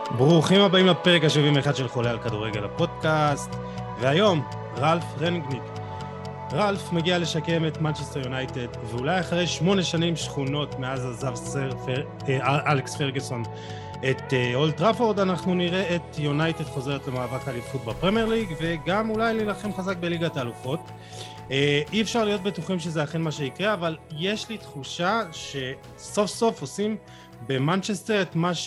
ברוכים הבאים לפרק ה-71 של חולה על כדורגל הפודקאסט, והיום רלף רנגניק. רלף מגיע לשקם את מנצ'סטר יונייטד, ואולי אחרי 8 שנים שכונות מאז עזב אלכס פרגוסון את אולד טראפורד, אנחנו נראה את יונייטד חוזרת למאבק אליפות בפרמייר ליג, וגם אולי להילחם חזק בליגת האלופות. אי אפשר להיות בטוחים שזה אכן מה שיקרה, אבל יש לי תחושה שסוף סוף עושים במנצ'סטר את מה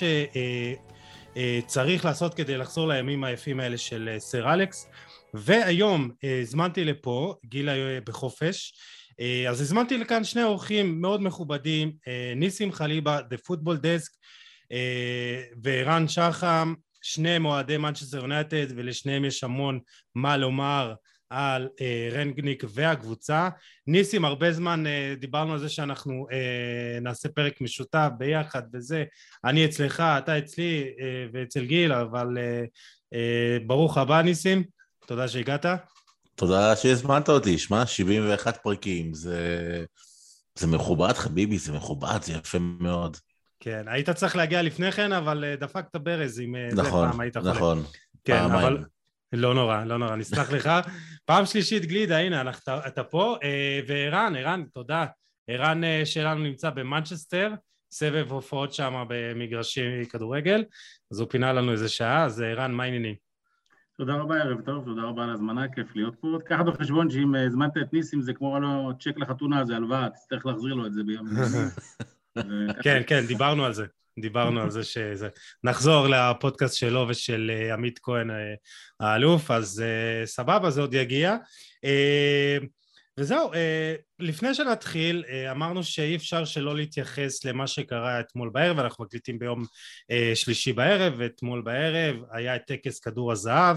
צריך לעשות כדי לחזור לימים היפים האלה של סר אלכס. והיום הזמנתי לפה, גילה בחופש, אז הזמנתי לכאן שני אורחים מאוד מכובדים, ניסים חליבה, The Football Desk, וערן שחם, שני מועדי מנצ'סטר יונייטד, ולשניהם יש המון מה לומר על רנגניק והקבוצה. ניסים, הרבה זמן דיברנו על זה שאנחנו נעשה פרק משותף ביחד וזה, אני אצלך, אתה אצלי ואצל גיל, אבל ברוך הבא ניסים, תודה שהגעת. תודה שהזמנת אותי, שמע, 71 פרקים, זה מכובד חביבי, זה מכובד, זה יפה מאוד. כן, היית צריך להגיע לפני כן, אבל דפקת ברז עם נכון, זה פעם היית חולה. נכון, כן, פעמיים. אבל לא נורא, לא נורא, נסלח לך. פעם שלישית גלידה, הנה, אתה פה, וערן, תודה. ערן שלנו נמצא במנצ'סטר, סבב הופעות שם במגרשי כדורגל, אז הוא פינה לנו איזה שעה, אז ערן, מה העניינים? תודה רבה, ערב טוב, תודה רבה על הזמנה, כיף להיות פה. ככה בחשבון שאם הזמנת את ניסים, זה כמו לו צ'ק לחתונה, זה הלוואה, תצטרך להחזיר לו את זה ביום. כן, דיברנו על זה שזה. נחזור לפודקאסט שלו ושל עמית כהן האלוף, אז סבבה, זה עוד יגיע. וזהו, לפני שנתחיל, אמרנו שאי אפשר שלא להתייחס למה שקרה אתמול בערב, אנחנו מקליטים ביום שלישי בערב, ואתמול בערב היה את טקס כדור הזהב.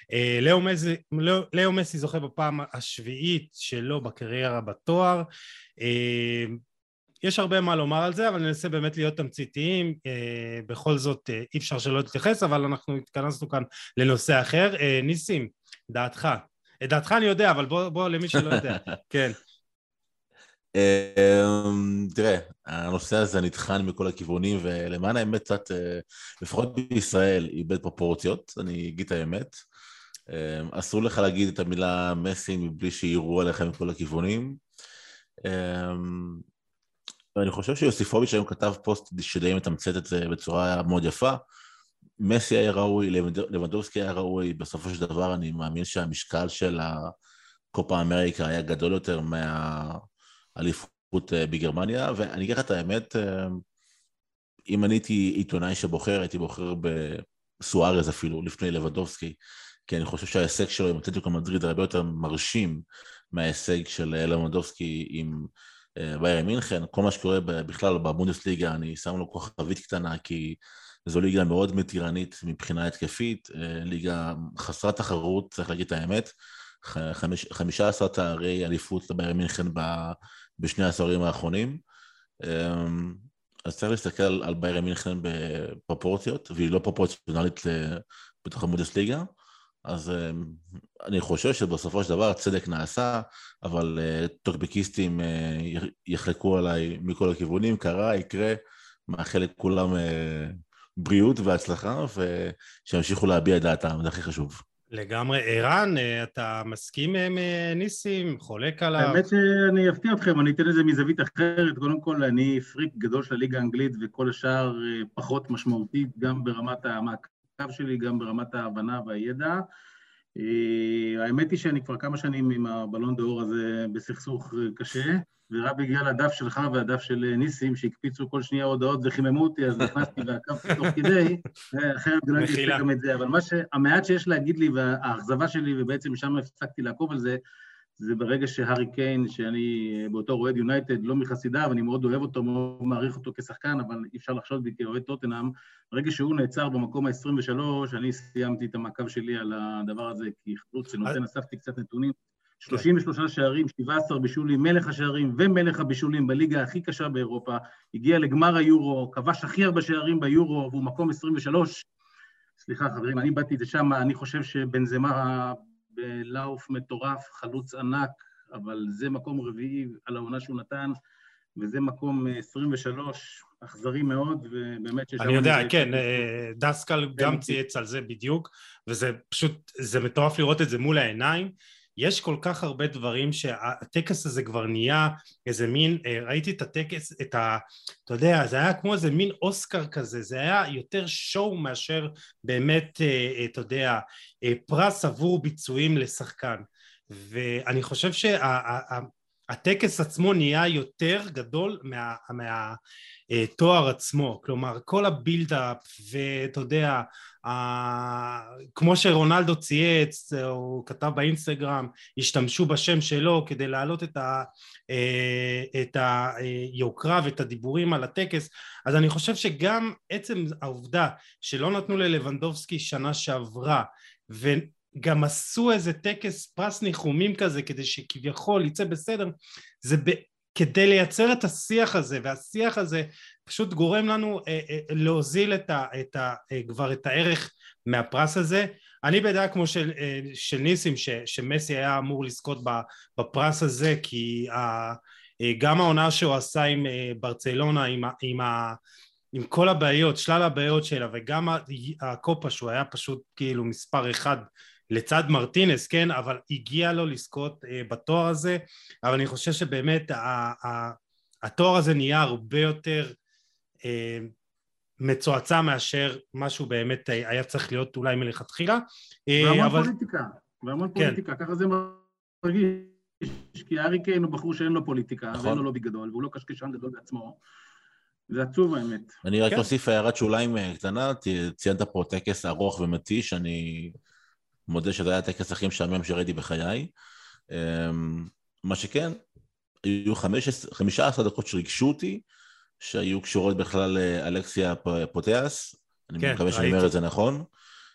לאו מסי זוכה בפעם השביעית שלו בקריירה בתואר. יש הרבה מה לומר על זה, אבל ננסה באמת להיות תמציתיים, בכל זאת אי אפשר שלא להתייחס, אבל אנחנו התכנסנו כאן לנושא אחר. ניסים, דעתך אני יודע, אבל בוא למי שלא יודע. כן. תראה, הנושא הזה נטחן מכל הכיוונים, ולמען האמת קצת, לפחות בישראל, איבד פרופורציות, אני אגיד את האמת. אסור לך להגיד את המילה מסי מבלי שיראו עליכם מכל הכיוונים. ואני חושב שיוסיפוביץ' היום כתב פוסט שדי מתמצת את זה בצורה מאוד יפה. מסי היה ראוי, לבנדובסקי היה ראוי, בסופו של דבר אני מאמין שהמשקל של הקופה אמריקה היה גדול יותר מהאליפות בגרמניה, ואני אגיד לך את האמת, אם אני הייתי עיתונאי שבוחר, הייתי בוחר בסוארז אפילו, לפני לבנדובסקי, כי אני חושב שההישג שלו עם אתלטיקו מדריד הרבה יותר מרשים מההישג של לבנדובסקי עם ביירן מינכן. כל מה שקורה בכלל בבונדסליגה, אני שם לו כוכבית קטנה, כי זו ליגה מאוד מתירנית מבחינה התקפית, ליגה חסרת תחרות, צריך להגיד את האמת, 15 תארי אליפות לביירן מינכן בשני העשורים האחרונים, אז צריך להסתכל על ביירן מינכן בפרופורציות, והיא לא פרופורציונלית בתוך הבונדסליגה, אז אני חושב שבסופו של דבר הצדק נעשה, אבל טוקבקיסטים יחלקו עליי מכל הכיוונים, קרה, יקרה, מאחל לכולם בריאות והצלחה, ושימשיכו להביע את דעתם, זה הכי חשוב. לגמרי. ערן, אתה מסכים עם ניסים, חולק עליו? האמת שאני אפתיע אתכם, אני אתן לזה מזווית אחרת. קודם כל, אני פריק גדול של הליגה האנגלית, וכל השאר פחות משמעותית, גם ברמת המעקב שלי, גם ברמת ההבנה והידע. האמת היא שאני כבר כמה שנים עם הבלון דאור הזה בסכסוך קשה, ורק בגלל הדף שלך והדף של ניסים, שהקפיצו כל שנייה הודעות וחיממו אותי, אז נכנסתי ועקבתי תוך כדי, אחרת לא הייתי גם את זה. אבל המעט שיש להגיד לי, והאכזבה שלי, ובעצם שם הפסקתי לעקוב על זה, זה ברגע שהארי קיין, שאני באותו רועד יונייטד, לא מחסידיו, אני מאוד אוהב אותו, מאוד מעריך אותו כשחקן, אבל אי אפשר לחשוד בי כאוהד טוטנהאם, ברגע שהוא נעצר במקום ה-23, אני סיימתי את המעקב שלי על הדבר הזה, כי חלוץ שנותן, אספתי קצת נתונים, 33 שערים, 17 בישולים, מלך השערים ומלך הבישולים בליגה הכי קשה באירופה, הגיע לגמר היורו, כבש הכי הרבה שערים ביורו, והוא מקום 23, סליחה חברים, אני באתי את זה שם, אני חושב שבנזמה בלאוף מטורף, חלוץ ענק, אבל זה מקום רביעי על העונה שהוא נתן, וזה מקום 23, אכזרי מאוד, ובאמת ששם... אני יודע, כן, דסקל גם צייץ על זה בדיוק, וזה פשוט, זה מטורף לראות את זה מול העיניים. יש כל כך הרבה דברים שהטקס הזה כבר נהיה איזה מין, ראיתי את הטקס, אתה יודע, זה היה כמו איזה מין אוסקר כזה, זה היה יותר שואו מאשר באמת, אתה יודע, פרס עבור ביצועים לשחקן. ואני חושב הטקס עצמו נהיה יותר גדול מהתואר עצמו, כלומר כל הבילדאפ ואתה יודע, כמו שרונלדו צייץ או כתב באינסטגרם, השתמשו בשם שלו כדי להעלות את היוקרה ואת הדיבורים על הטקס, אז אני חושב שגם עצם העובדה שלא נתנו ללבנדובסקי שנה שעברה גם עשו איזה טקס פרס ניחומים כזה כדי שכביכול יצא בסדר, זה כדי לייצר את השיח הזה, והשיח הזה פשוט גורם לנו להוזיל כבר את הערך מהפרס הזה. אני בדעה כמו של ניסים שמסי היה אמור לזכות בפרס הזה, כי גם העונה שהוא עשה עם ברצלונה, עם כל הבעיות, שלל הבעיות שלה, וגם הקופה שהוא היה פשוט כאילו מספר אחד לצד מרטינס, כן, אבל הגיע לו לזכות בתואר הזה, אבל אני חושב שבאמת התואר הזה נהיה הרבה יותר מצועצע מאשר משהו באמת היה צריך להיות אולי מלכתחילה. והמון פוליטיקה, והמון פוליטיקה, ככה זה מרגיש, כי ארי קיין הוא בחור שאין לו פוליטיקה, ואין לו לובי גדול, והוא לא קשקשן גדול בעצמו, זה עצוב האמת. אני רק אוסיף הערת שוליים קטנה, ציינת פה טקס ארוך ומתיש, אני מודה שזה היה הטקס הכי משעמם שראיתי בחיי. מה שכן, היו 15 דקות שריגשו אותי, שהיו קשורות בכלל לאלכסיה פוטאס, אני מקווה שאני אומר את זה נכון,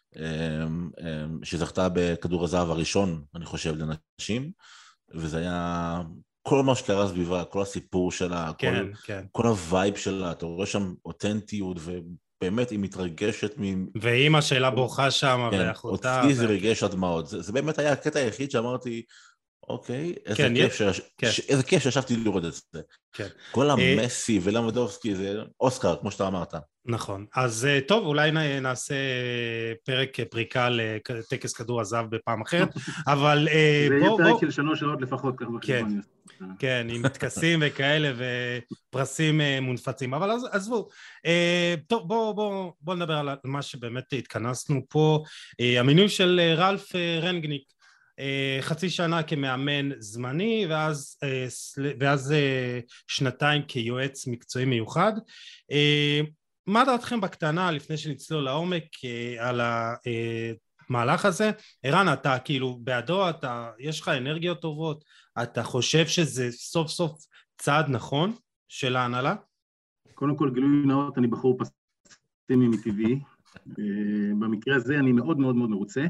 שזכתה בכדור הזהב הראשון, אני חושב, לנשים, וזה היה כל מה שקרה סביבה, כל הסיפור שלה, כל הווייב שלה, אתה רואה שם אותנטיות, ובאמת היא מתרגשת ואימא שלה בוכה שם, ואחותה. אותי זה ריגש עד מאוד. זה באמת היה הקטע היחיד שאמרתי, אוקיי, איזה כיף שישבתי לראות את זה. כל המסי ולמדובסקי זה אוסקר, כמו שאתה אמרת. נכון, אז טוב, אולי נעשה פרק פריקה לטקס כדור הזהב בפעם אחרת, אבל זה יהיה פרק של 3 שעות לפחות. כן, עם טקסים וכאלה ופרסים מונפצים, אבל עזבו. טוב, בואו נדבר על מה שבאמת התכנסנו פה. המינוי של רלף רנגניק, חצי שנה כמאמן זמני, ואז 2 כיועץ מקצועי מיוחד. מה דעתכם בקטנה, לפני שנצלול לעומק, על המהלך הזה? ערן, אתה כאילו בעדו, יש לך אנרגיות טובות, אתה חושב שזה סוף סוף צעד נכון של ההנהלה? קודם כל, גילוי נאות, אני בחור פסימי מטבעי. במקרה הזה אני מאוד מאוד מאוד מרוצה.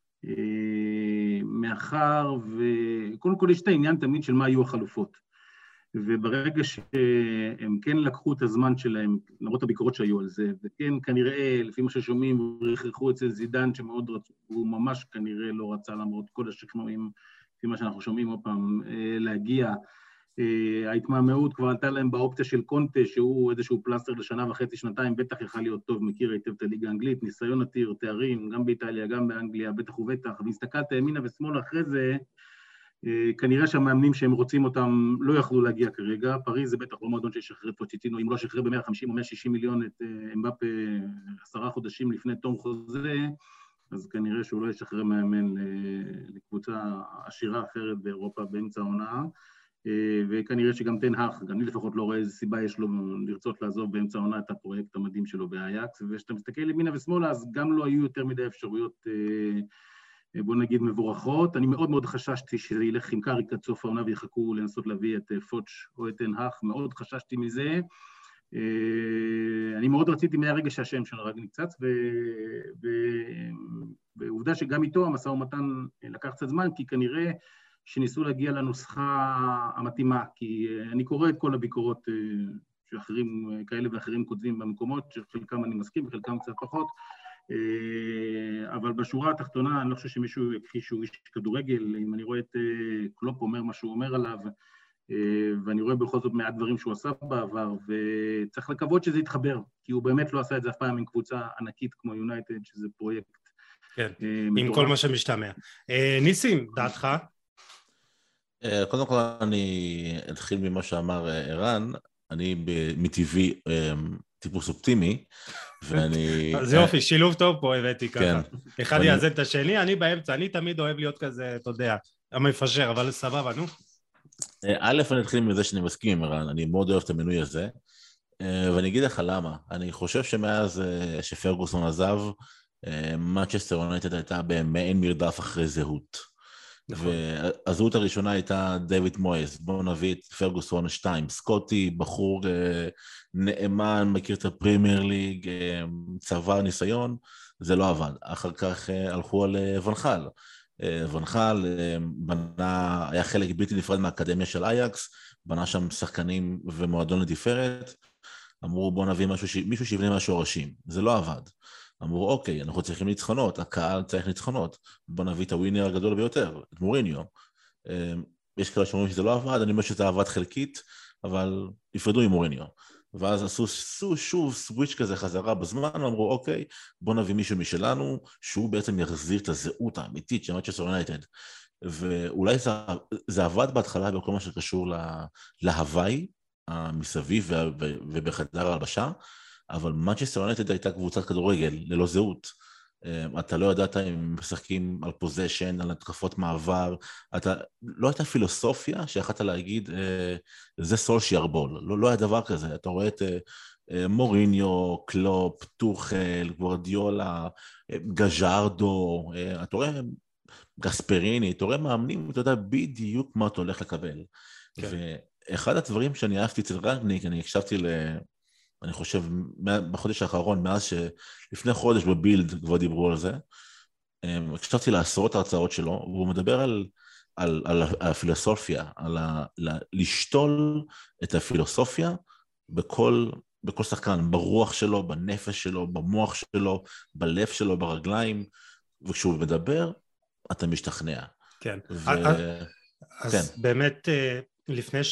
מאחר וקודם כל יש את העניין תמיד של מה היו החלופות, וברגע שהם כן לקחו את הזמן שלהם, למרות הביקורות שהיו על זה, וכן כנראה לפי מה ששומעים רכרחו אצל זידן שמאוד רצו, הוא ממש כנראה לא רצה למרות כל השכנועים, לפי מה שאנחנו שומעים עוד פעם, להגיע. ההתמהמהות כבר עלתה להם באופציה של קונטה, שהוא איזשהו פלסטר לשנה וחצי, שנתיים, בטח יכל להיות טוב, מכיר היטב את הליגה האנגלית, ניסיון עתיר, תארים, גם באיטליה, גם באנגליה, בטח ובטח, והסתכלת ימינה ושמאלה אחרי זה, כנראה שהמאמנים שהם רוצים אותם לא יכלו להגיע כרגע, פריז זה בטח לא מועדון שישחרר פוצ'טינו, אם לא שחרר ב-150 או 160 מיליון את אמבפה 10 חודשים לפני תום חוזה, אז כנראה שהוא לא ישחרר מאמן לקבוצה עשירה אחרת באירופה באמצע העונה, וכנראה שגם תן האך, גם אני לפחות לא רואה איזה סיבה יש לו לרצות לעזוב באמצע העונה את הפרויקט המדהים שלו באייקס, ושאתה מסתכל ימינה ושמאלה, אז גם לא היו יותר מדי אפשרויות, בוא נגיד מבורכות. אני מאוד מאוד חששתי שזה ילך עם קאריק עד סוף העונה ויחכו לנסות להביא את פוטש או את תן האך, מאוד חששתי מזה. אני מאוד רציתי מהרגע שהשם של רגע נקצץ, ועובדה שגם איתו המשא ומתן לקח קצת זמן, כי כנראה שניסו להגיע לנוסחה המתאימה, כי אני קורא את כל הביקורות שאחרים כאלה ואחרים כותבים במקומות, שחלקם אני מסכים וחלקם קצת פחות, אבל בשורה התחתונה אני לא חושב שמישהו יכחיש שהוא איש כדורגל, אם אני רואה את קלופ אומר מה שהוא אומר עליו, ואני רואה בכל זאת מעט דברים שהוא עשה בעבר, וצריך לקוות שזה יתחבר, כי הוא באמת לא עשה את זה אף פעם עם קבוצה ענקית כמו יונייטד, שזה פרויקט כן, מטורף. עם כל מה שמשתמע. ניסים, דעתך? קודם כל אני אתחיל ממה שאמר ערן, אני מטבעי טיפוס אופטימי, ואני... אז יופי, שילוב טוב פה הבאתי ככה. כן. אחד יאזן את השני, אני באמצע, אני תמיד אוהב להיות כזה, אתה יודע, המפשר, אבל סבבה, נו. א', אני אתחיל מזה שאני מסכים עם ערן, אני מאוד אוהב את המינוי הזה, ואני אגיד לך למה. אני חושב שמאז שפרגוסון עזב, מנצ'סטר יונייטד הייתה במעין מרדף אחרי זהות. והזהות הראשונה הייתה דיוויד מויס, בואו נביא את פרגוסון 2, סקוטי, בחור נאמן, מכיר את הפרימייר ליג, צבר ניסיון, זה לא עבד. אחר כך הלכו על ונחל. ונחל בנה, היה חלק בלתי נפרד מהאקדמיה של אייקס, בנה שם שחקנים ומועדון לתפארת, אמרו בואו נביא מישהו שיבנה מהשורשים, זה לא עבד. אמרו, אוקיי, אנחנו צריכים ניצחונות, הקהל צריך ניצחונות, בוא נביא את הווינר הגדול ביותר, את מוריניו. יש כאלה שאומרים שזה לא עבד, אני אומר שזה עבד חלקית, אבל נפרדו עם מוריניו. ואז עשו שוב סוויץ' כזה חזרה בזמן, ואמרו, אוקיי, בוא נביא מישהו משלנו, שהוא בעצם יחזיר את הזהות האמיתית של מנצ'סטר יונייטד. ואולי זה עבד בהתחלה בכל מה שקשור להוואי, מסביב ובחדר ההלבשה, אבל מנצ'סטר יונייטד הייתה קבוצת כדורגל ללא זהות. אתה לא ידעת אם משחקים על פוזיישן, על התקפות מעבר, לא הייתה פילוסופיה שיכולת להגיד, זה סולשייר בול, לא היה דבר כזה. אתה רואה את מוריניו, קלופ, טוחל, גוורדיולה, גז'ארדו, אתה רואה גספריני, אתה רואה מאמנים, אתה יודע בדיוק מה אתה הולך לקבל. ואחד הדברים שאני אהבתי אצל רנגניק, אני הקשבתי אני חושב, בחודש האחרון, מאז שלפני חודש בבילד כבר דיברו על זה, הקשבתי לעשרות ההרצאות שלו, והוא מדבר על הפילוסופיה, על לשתול את הפילוסופיה בכל שחקן, ברוח שלו, בנפש שלו, במוח שלו, בלב שלו, ברגליים, וכשהוא מדבר, אתה משתכנע. כן. אז באמת, לפני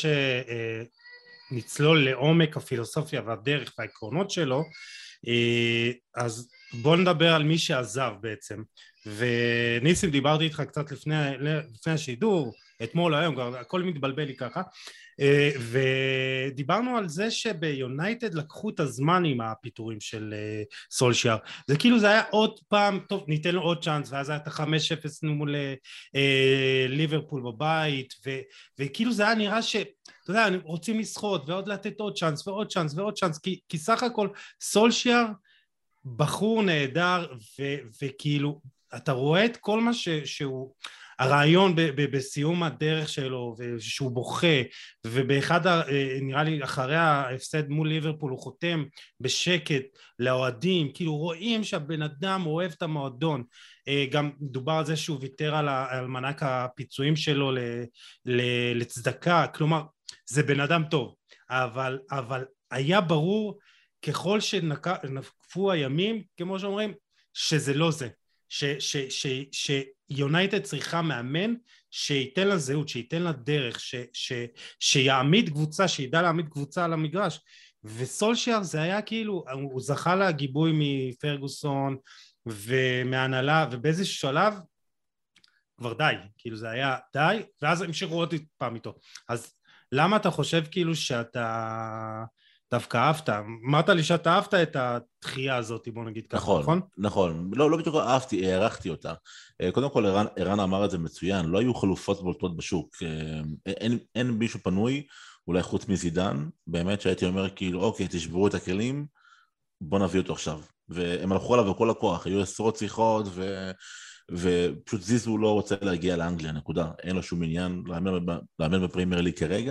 נצלול לעומק הפילוסופיה והדרך והעקרונות שלו, אז בוא נדבר על מי שעזב בעצם. וניסים, דיברתי איתך קצת לפני השידור, אתמול היום, הכל מתבלבל לי ככה, ודיברנו על זה שביונייטד לקחו את הזמן עם הפיטורים של סולשייר. זה כאילו זה היה עוד פעם, טוב ניתן לו עוד צ'אנס, ואז היה את ה-5-0 מול ליברפול בבית, וכאילו זה היה נראה ש... אתה יודע, רוצים לשחות ועוד לתת עוד צ'אנס ועוד צ'אנס ועוד צ'אנס, כי סך הכל סולשייר בחור נהדר, וכאילו אתה רואה את כל מה שהוא, הרעיון בסיום הדרך שלו, שהוא בוכה, ובאחד, נראה לי אחרי ההפסד מול ליברפול, הוא חותם בשקט לאוהדים, כאילו רואים שהבן אדם אוהב את המועדון, גם דובר על זה שהוא ויתר על מנק הפיצויים שלו לצדקה, כלומר, זה בן אדם טוב, אבל היה ברור ככל שנקפו הימים, כמו שאומרים, שזה לא זה, שיונייטד צריכה מאמן שייתן לה זהות, שייתן לה דרך, שיעמיד קבוצה, שידע להעמיד קבוצה על המגרש, וסולשייר זה היה כאילו, הוא זכה לה גיבוי מפרגוסון ומהנהלה, ובאיזשהו שלב כבר די, כאילו זה היה די, ואז המשיכו עוד פעם איתו. אז למה אתה חושב כאילו שאתה דווקא אהבת? אמרת לי שאתה אהבת את התחייה הזאת, בוא נגיד ככה, נכון? נכון, לא בדיוק אהבתי, הערכתי אותה. קודם כל, ערן אמר את זה מצוין, לא היו חלופות בולטות בשוק, אין מישהו פנוי, אולי חוץ מזידן, באמת שהייתי אומר כאילו, אוקיי, תשברו את הכלים, בוא נביא אותו עכשיו. והם הלכו עליו בכל הכוח, היו עשרות שיחות, ופשוט זיזו לא רוצה להגיע לאנגליה, נקודה. אין לו שום עניין לאמן בפרמייר ליג כרגע,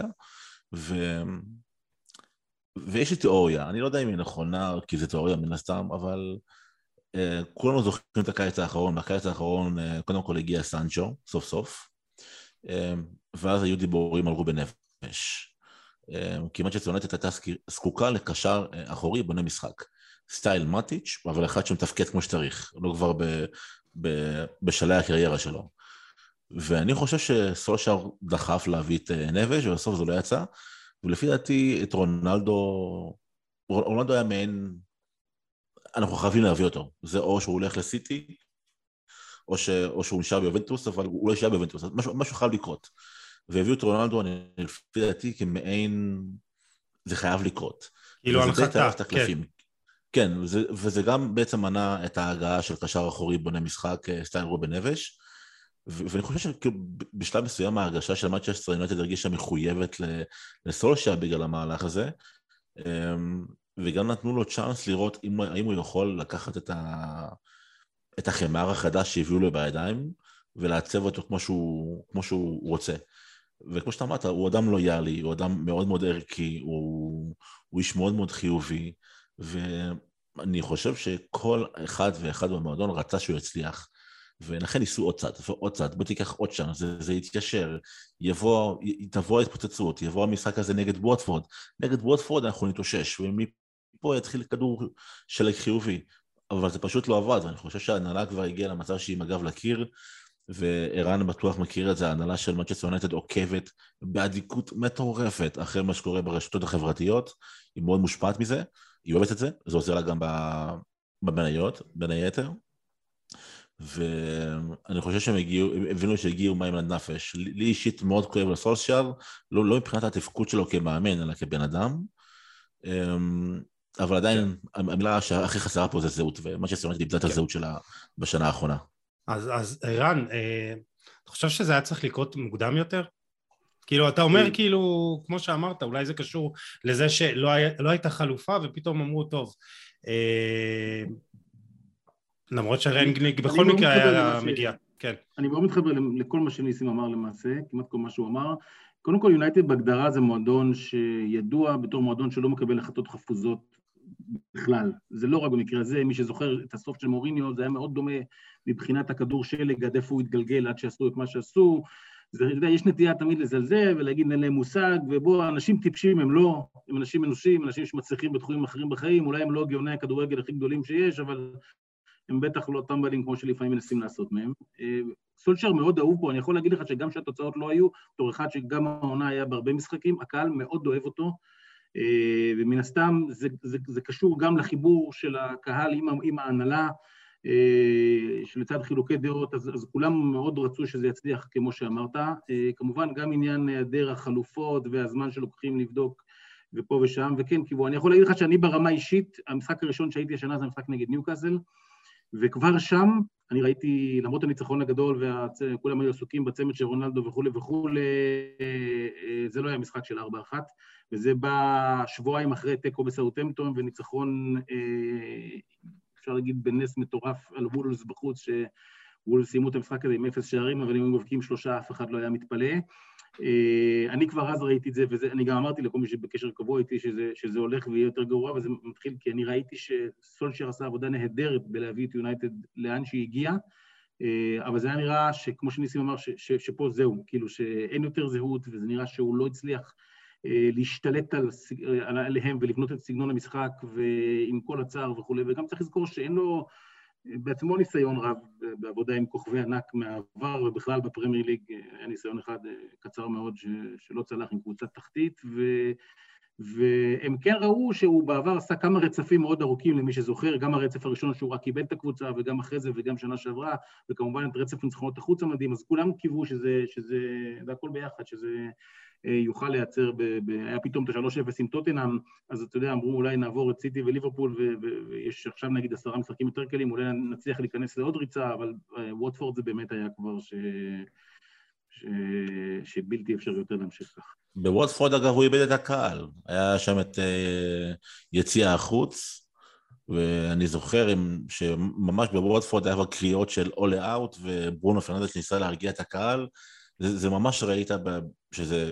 ויש לי תיאוריה, אני לא יודע אם היא נכונה, כי זו תיאוריה מן הסתם, אבל כולנו זוכרים את הקיץ האחרון, בקיץ האחרון קודם כל הגיע סנצ'ו, סוף סוף, ואז היו דיבורים על רובן נפש, כי מנצ'סטר יונייטד הייתה זקוקה לקשר אחורי בונה משחק, סטייל מאטיץ', אבל אחד שמתפקד כמו שצריך, לא כבר בשלהי הקריירה שלו. ואני חושב שסולשר דחף להביא את נבש, ובסוף זה לא יצא, ולפי דעתי את רונלדו היה מעין, אנחנו חייבים להביא אותו, זה או שהוא הולך לסיטי, או שהוא נשאר ביובנטוס, אבל הוא לא נשאר ביובנטוס, משהו חייב לקרות. והביאו את רונלדו, לפי דעתי, כמעין, זה חייב לקרות. כאילו הנחתה, כן. כן, וזה גם בעצם מנע את ההגעה של קשר אחורי בונה משחק סטייל רובן נבש, ואני חושב שבשלב מסוים ההרגשה של מנצ'סטר יונייטד הרגישה מחויבת לסולשר בגלל המהלך הזה, וגם נתנו לו צ'אנס לראות האם הוא יכול לקחת את החמר החדש שהביאו לו בידיים, ולעצב אותו כמו שהוא רוצה. וכמו שאתה אמרת, הוא אדם לויאלי, הוא אדם מאוד מאוד ערכי, הוא איש מאוד מאוד חיובי, ואני חושב שכל אחד ואחד במועדון רצה שהוא יצליח, ולכן ניסו עוד צד, בוא תיקח עוד שם, זה יתיישר, תבוא ההתפוצצות, יבוא המשחק הזה נגד ווטפורד אנחנו נתאושש, ומפה יתחיל כדור שלג חיובי, אבל זה פשוט לא עבד, ואני חושב שההנהלה כבר הגיעה למצב שהיא עם הגב לקיר, וערן בטוח מכיר את זה, ההנהלה של מנצ'סטר יונייטד עוקבת באדיקות מטורפת אחרי מה שקורה ברשתות החברתיות, היא מאוד מושפעת מזה, היא אוהבת את זה, זה עוזר לה גם במניות, בין היתר, ואני חושב שהם הבינו שהגיעו מים לנפש, לי אישית מאוד כואב לסולשר, לא מבחינת התפקוד שלו כמאמן, אלא כבן אדם, אבל עדיין המילה שהכי חסרה פה זה זהות, ומנצ'סטר יונייטד איבדה את הזהות שלה בשנה האחרונה. אז ערן, אתה חושב שזה היה צריך לקרות מוקדם יותר? כאילו, אתה אומר כאילו, כמו שאמרת, אולי זה קשור לזה שלא הייתה חלופה, ופתאום אמרו, טוב, למרות שרנגניק בכל מקרה היה מגיע, כן. אני מאוד מתחבר לכל מה שניסים אמר למעשה, כמעט כל מה שהוא אמר. קודם כל, יונייטד בהגדרה זה מועדון שידוע בתור מועדון שלא מקבל החלטות חפוזות בכלל. זה לא רק במקרה הזה, מי שזוכר את הסוף של מוריניו, זה היה מאוד דומה מבחינת הכדור שלג, עד איפה הוא התגלגל עד שעשו את מה שעשו. יש נטייה תמיד לזלזל ולהגיד אין להם מושג, ובו אנשים טיפשים הם לא, הם אנשים אנושיים, אנשים שמצליחים בתחומים אחרים בחיים, אולי הם לא גאוני הכדורגל הכי גדולים שיש, אבל הם בטח לא טמבלים כמו שלפעמים מנסים לעשות מהם. סולשר מאוד אהוב פה, אני יכול להגיד לך שגם שהתוצאות לא היו, תור אחד שגם העונה היה בהרבה משחקים, הקהל מאוד אוהב אותו, ומן הסתם זה קשור גם לחיבור של הקהל עם ההנהלה, שלצד חילוקי דעות, אז כולם מאוד רצו שזה יצליח כמו שאמרת, כמובן גם עניין היעדר החלופות והזמן שלוקחים לבדוק ופה ושם, וכן, כי אני יכול להגיד לך שאני ברמה אישית, המשחק הראשון שהייתי השנה זה המשחק נגד ניוקאסל, וכבר שם אני ראיתי, למרות הניצחון הגדול וכולם היו עסוקים בצמד של רונלדו וכו', זה לא היה משחק של 4-1, וזה בא שבועיים אחרי טקו בסאות'המפטון וניצחון, אפשר להגיד בנס מטורף על וולס בחוץ, שוולס סיימו את המשחק הזה עם 0 שערים, אבל אם הם מבקיעים 3 אף אחד לא היה מתפלא. אני כבר אז ראיתי את זה, ואני גם אמרתי לכל מי שבקשר קבוע איתי שזה הולך ויהיה יותר גרוע, וזה מתחיל כי אני ראיתי שסולשר עשה עבודה נהדרת בלהביא את יונייטד לאן שהיא הגיעה, אבל זה היה נראה שכמו שניסים אמר, שפה זהו, כאילו שאין יותר זהות, וזה נראה שהוא לא הצליח להשתלט עליהם ולבנות את סגנון המשחק ועם כל הצער וכו', וגם צריך לזכור שאין לו בעצמו ניסיון רב בעבודה עם כוכבי ענק מהעבר, ובכלל בפרמייר ליג היה ניסיון אחד קצר מאוד שלא צלח עם קבוצת תחתית, והם כן ראו שהוא בעבר עשה כמה רצפים מאוד ארוכים למי שזוכר, גם הרצף הראשון שהוא רק קיבל את הקבוצה, וגם אחרי זה וגם שנה שעברה, וכמובן את רצף ניצחונות החוץ המדהים, אז כולם קיוו שזה הכל ביחד, שזה יוכל לייצר, היה פתאום את ה-3-0 עם טוטנהאם, אז אתה יודע, אמרו אולי נעבור את סיטי וליברפול, ויש עכשיו נגיד 10 משחקים יותר קלים, אולי נצליח להיכנס לעוד ריצה, אבל ווטפורד זה באמת היה כבר שבלתי אפשר יותר להמשיך כך. בווטפורד אגב הוא איבד את הקהל, היה שם את יציע החוץ, ואני זוכר שממש בווטפורד היה כבר קריאות של all out, וברונו פרננדס ניסה להרגיע את הקהל, זה ממש ראית שזה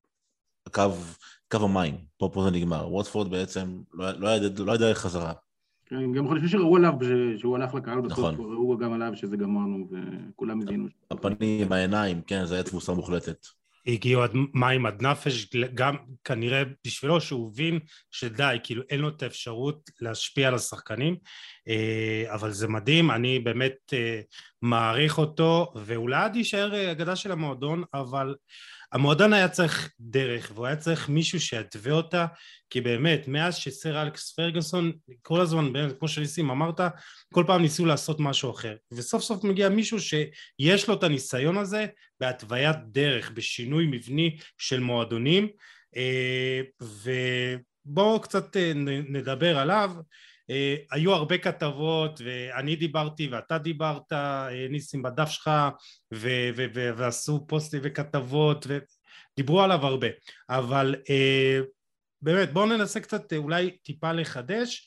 קו המים, פה זה נגמר, ווטפורד בעצם לא היה דרך חזרה. גם חושבים שראו עליו שהוא הלך לקהל בסוף, ראו גם עליו שזה גמרנו וכולם הבינו. הפנים, העיניים, כן, זה היה תבוסה מוחלטת. הגיעו מים עד נפש, גם כנראה בשבילו שהוא הבין שדי, כאילו אין לו את האפשרות להשפיע על השחקנים, אבל זה מדהים, אני באמת מעריך אותו, ואולי עד יישאר אגדה של המועדון, אבל המועדון היה צריך דרך, והוא היה צריך מישהו שיתווה אותה, כי באמת, מאז שסר אלכס פרגוסון, כל הזמן, באמת, כמו שניסים אמרת, כל פעם ניסו לעשות משהו אחר, וסוף סוף מגיע מישהו שיש לו את הניסיון הזה, בהתוויית דרך, בשינוי מבני של מועדונים, ובואו קצת נדבר עליו. היו הרבה כתבות, ואני דיברתי ואתה דיברת, ניסים, בדף שלך, ועשו פוסטים וכתבות, ודיברו עליו הרבה, אבל באמת בואו ננסה קצת אולי טיפה לחדש.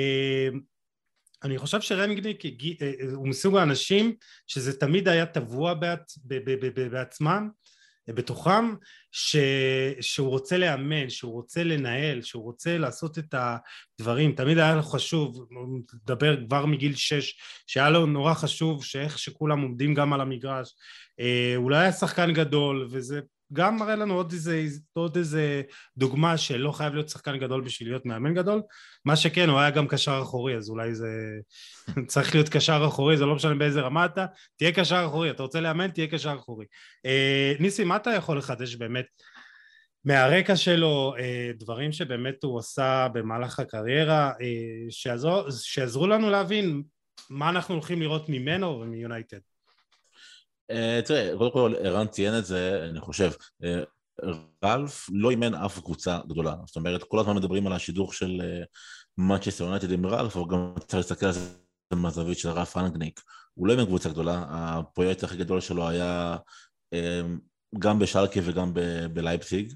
אני חושב שרנגניק הוא מסוג האנשים שזה תמיד היה טבוע בעצמם, בתוכם, שהוא רוצה לאמן, שהוא רוצה לנהל, שהוא רוצה לעשות את הדברים. תמיד היה לו חשוב, מדבר כבר מגיל 6, שהיה לו נורא חשוב שאיך שכולם עומדים גם על המגרש. אולי היה שחקן גדול, וזה גם מראה לנו עוד איזה דוגמה שלא חייב להיות שחקן גדול בשביל להיות מאמן גדול. מה שכן, הוא היה גם קשר אחורי, אז אולי זה צריך להיות קשר אחורי, זה לא משנה באיזה רמה אתה, תהיה קשר אחורי, אתה רוצה לאמן, תהיה קשר אחורי. ניסי, מה אתה יכול לחדש באמת מהרקע שלו, דברים שבאמת הוא עשה במהלך הקריירה, שיעזרו לנו להבין מה אנחנו הולכים לראות ממנו ומיונייטד? תראה, קודם כל ערן ציין את זה, אני חושב, רלף לא אימן אף קבוצה גדולה, זאת אומרת, כל הזמן מדברים על השידוך של מנצ'סטר יונייטד עם רלף, אבל גם צריך להסתכל על זה מהזווית של רלף רנגניק, הוא לא אימן קבוצה גדולה, הפרויקט הכי גדול שלו היה גם בשלקה וגם בלייפציג,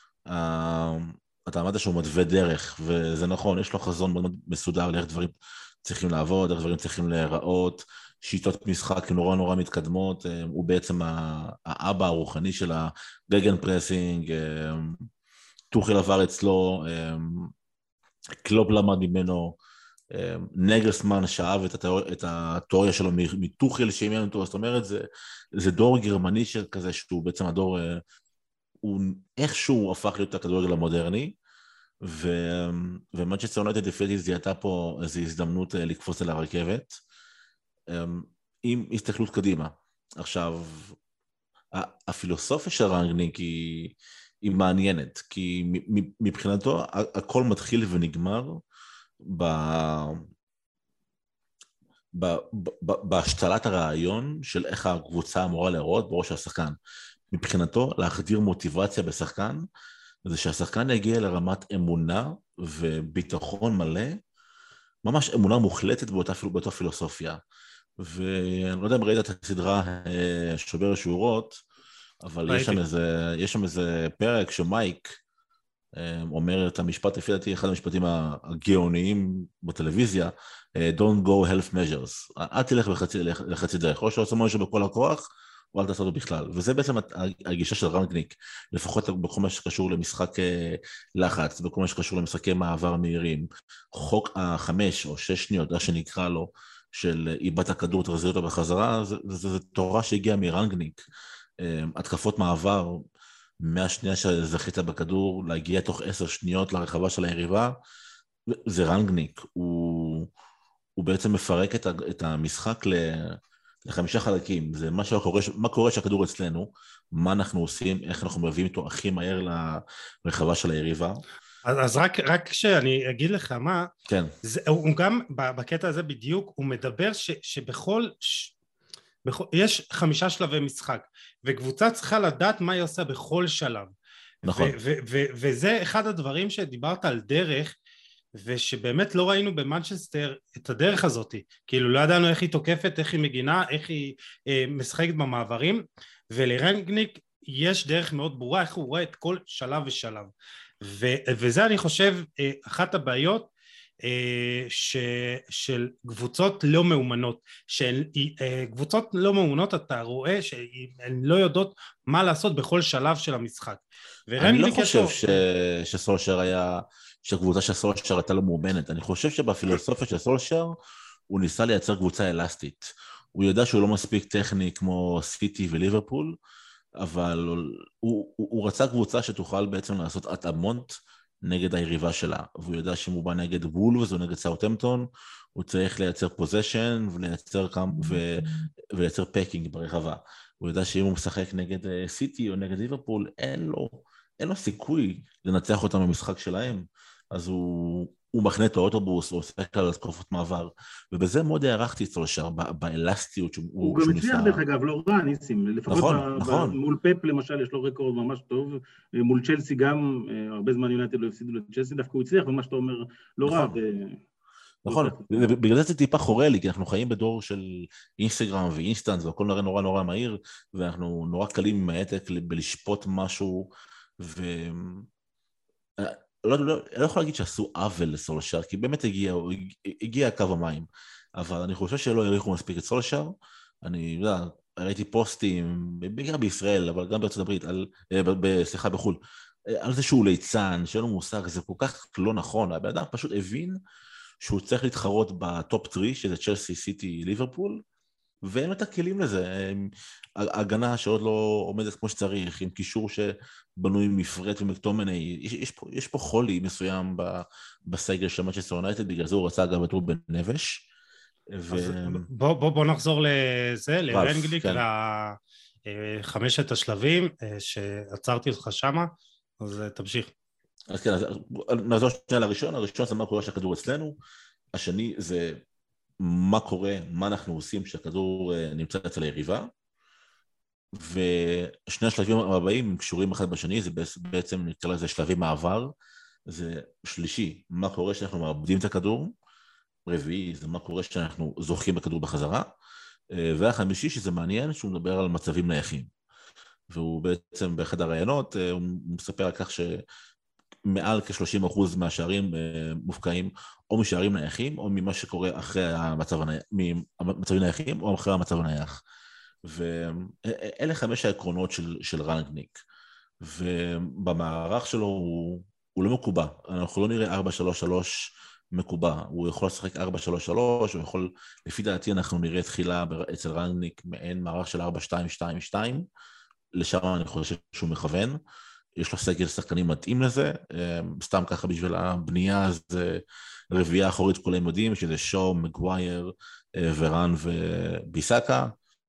אתה אמרת שהוא מתווה דרך, וזה נכון, יש לו חזון מאוד מסודר לאיך דברים צריכים לעבוד, איך דברים צריכים להיראות, שיטות משחק נורא נורא מתקדמות, הוא בעצם האבא הרוחני של הגגן פרסינג, טוחל עבר אצלו, קלופ למד ממנו, נגלסמן שאב את התיאוריה שלו מטוחל שאימן אותו, זאת אומרת, זה דור גרמני כזה, שהוא בעצם הדור, הוא איכשהו הפך להיות הכדורגל המודרני, ומנצ'סטר יונייטד לפי זיהתה פה איזו הזדמנות לקפוץ אל הרכבת, עם הסתכלות קדימה. עכשיו, הפילוסופיה של רנגניק היא מעניינת, כי מבחינתו הכל מתחיל ונגמר בהשתלת הרעיון של איך הקבוצה אמורה להיראות בראש השחקן. מבחינתו, להחדיר מוטיבציה בשחקן, זה שהשחקן יגיע לרמת אמונה וביטחון מלא, ממש אמונה מוחלטת באותה פילוסופיה. ואני לא יודע אם ראית את הסדרה שובר השורות, אבל יש שם איזה פרק שמייק אומר את המשפט, לפי דעתי אחד המשפטים הגאוניים בטלוויזיה, Don't go health measures, אל תלך לחצי דרך, או שעושה משהו בכל הכוח, או אל תעשה אותו בכלל, וזה בעצם הגישה של רנגניק, לפחות בכל מה שקשור למשחק לחץ, בכל מה שקשור למשחקי מעבר מהירים, חוק 5 או 6 שניות, איך שנקרא לו, של איבדת הכדור, תחזיר אותו בחזרה, זה תורה שהגיעה מרנגניק, התקפות מעבר, מהשנייה שזכית בכדור, להגיע תוך 10 שניות לרחבה של היריבה, זה רנגניק, הוא בעצם מפרק את המשחק ל5 חלקים, זה מה קורה שהכדור אצלנו, מה אנחנו עושים, איך אנחנו מביאים אותו הכי מהר לרחבה של היריבה. אז רק שאני אגיד לך מה, כן. הוא גם בקטע הזה בדיוק, הוא מדבר יש 5 שלבי משחק, וקבוצה צריכה לדעת מה היא עושה בכל שלב. נכון. וזה אחד הדברים שדיברת על דרך, ושבאמת לא ראינו במנצ'סטר את הדרך הזאת, כאילו לא ידענו איך היא תוקפת, איך היא מגינה, איך היא משחקת במעברים, ולרנגניק יש דרך מאוד ברורה, איך הוא רואה את כל שלב ושלב, וזה אני חושב אחת הבעיות של קבוצות לא מאומנות, קבוצות לא מאומנות אתה רואה שהן לא יודעות מה לעשות בכל שלב של המשחק. אני לא חושב שסולשר היה, שהקבוצה של סולשר הייתה לא מאומנת, אני חושב שבפילוסופיה של סולשר הוא ניסה לייצר קבוצה אלסטית, הוא ידע שהוא לא מספיק טכני כמו סיטי וליברפול, אבל הוא רצה קבוצה שתוכל בעצם לעשות התאמות נגד היריבה שלה, והוא יודע שאם הוא בא נגד וולפס או נגד סאות'המפטון, הוא צריך לייצר פוזיישן ולייצר פאקינג ברחבה. הוא יודע שאם הוא משחק נגד סיטי או נגד ליברפול, אין לו סיכוי לנצח אותם במשחק שלהם, אז הוא מכנה את האוטובוס, הוא עושה על התקופות מעבר, ובזה מאוד הערכתי את סולשר, באלסטיות הוא גם הצליח דרך אגב, לא רע, ניסים, לפחות נכון. מול פפ למשל, יש לו רקורד ממש טוב, מול צ'לסי גם, הרבה זמן יונייטד לא הפסידו לצ'לסי, דווקא הוא הצליח, ומה שאתה אומר, לא רע. נכון, בגלל זה זה טיפה חורה לי, כי אנחנו חיים בדור של אינסטגרם ואינסטנט, והכל נראה נורא נורא מהיר, ואנחנו נורא קלים עם העתק בלשפוט משהו, לא יכול להגיד שעשו עוול לסולשר, כי באמת הגיע קו המים, אבל אני חושב שלא העריכו מספיק את סולשר. אני יודע, ראיתי פוסטים, בעיקר בישראל, אבל גם בארצות הברית, סליחה בחול, על זה שהוא ליצן, שאין לו מושג, זה כל כך לא נכון, הבן אדם פשוט הבין שהוא צריך להתחרות בטופ 3, שזה צ'לסי, סיטי, ליברפול, ואין לו את הכלים לזה, הגנה שעוד לא עומדת כמו שצריך, עם קישור שבנוי מפרט ומקטומני, יש פה חולי מסוים בסגל של מנצ'סטר יונייטד, בגלל זה הוא רצה גם את רובן נבש. בוא נחזור לזה, לרנגליק, לחמשת השלבים, שעצרתי אותך שמה, אז תמשיך. אז כן, נעזור שנייה לראשון, הראשון זה מה קורה שהכדור אצלנו, השני זה מה קורה, מה אנחנו עושים שהכדור נמצא אצל היריבה, ושני השלבים הבאים קשורים אחד בשני, זה בעצם נקרא לזה שלבי מעבר, זה שלישי, מה קורה שאנחנו מאבדים את הכדור, רביעי זה מה קורה שאנחנו זורקים בכדור בחזרה, והחמישי שזה מעניין שהוא מדבר על מצבים נייחים, והוא בעצם באחד הרעיונות, הוא מספר על כך מעל כ-30% מהשערים מופקעים או משערים נייחים, או ממה שקורה אחרי המצבים נייחים, או אחרי המצב הנייח. ואלה 5 העקרונות של רנגניק. ובמערך שלו הוא לא מקובע. אנחנו לא נראה 4-3-3 מקובע. הוא יכול לשחק 4-3-3, הוא יכול, לפי דעתי אנחנו נראה תחילה אצל רנגניק מעין מערך של 4-2-2-2, לשם אני חושב שהוא מכוון. יש לו סגל שחקנים מתאים לזה, סתם ככה בשביל הבנייה, אז רביעייה אחורית כולם יודעים, שזה שואו, מגווייר, ורן וביסאקה,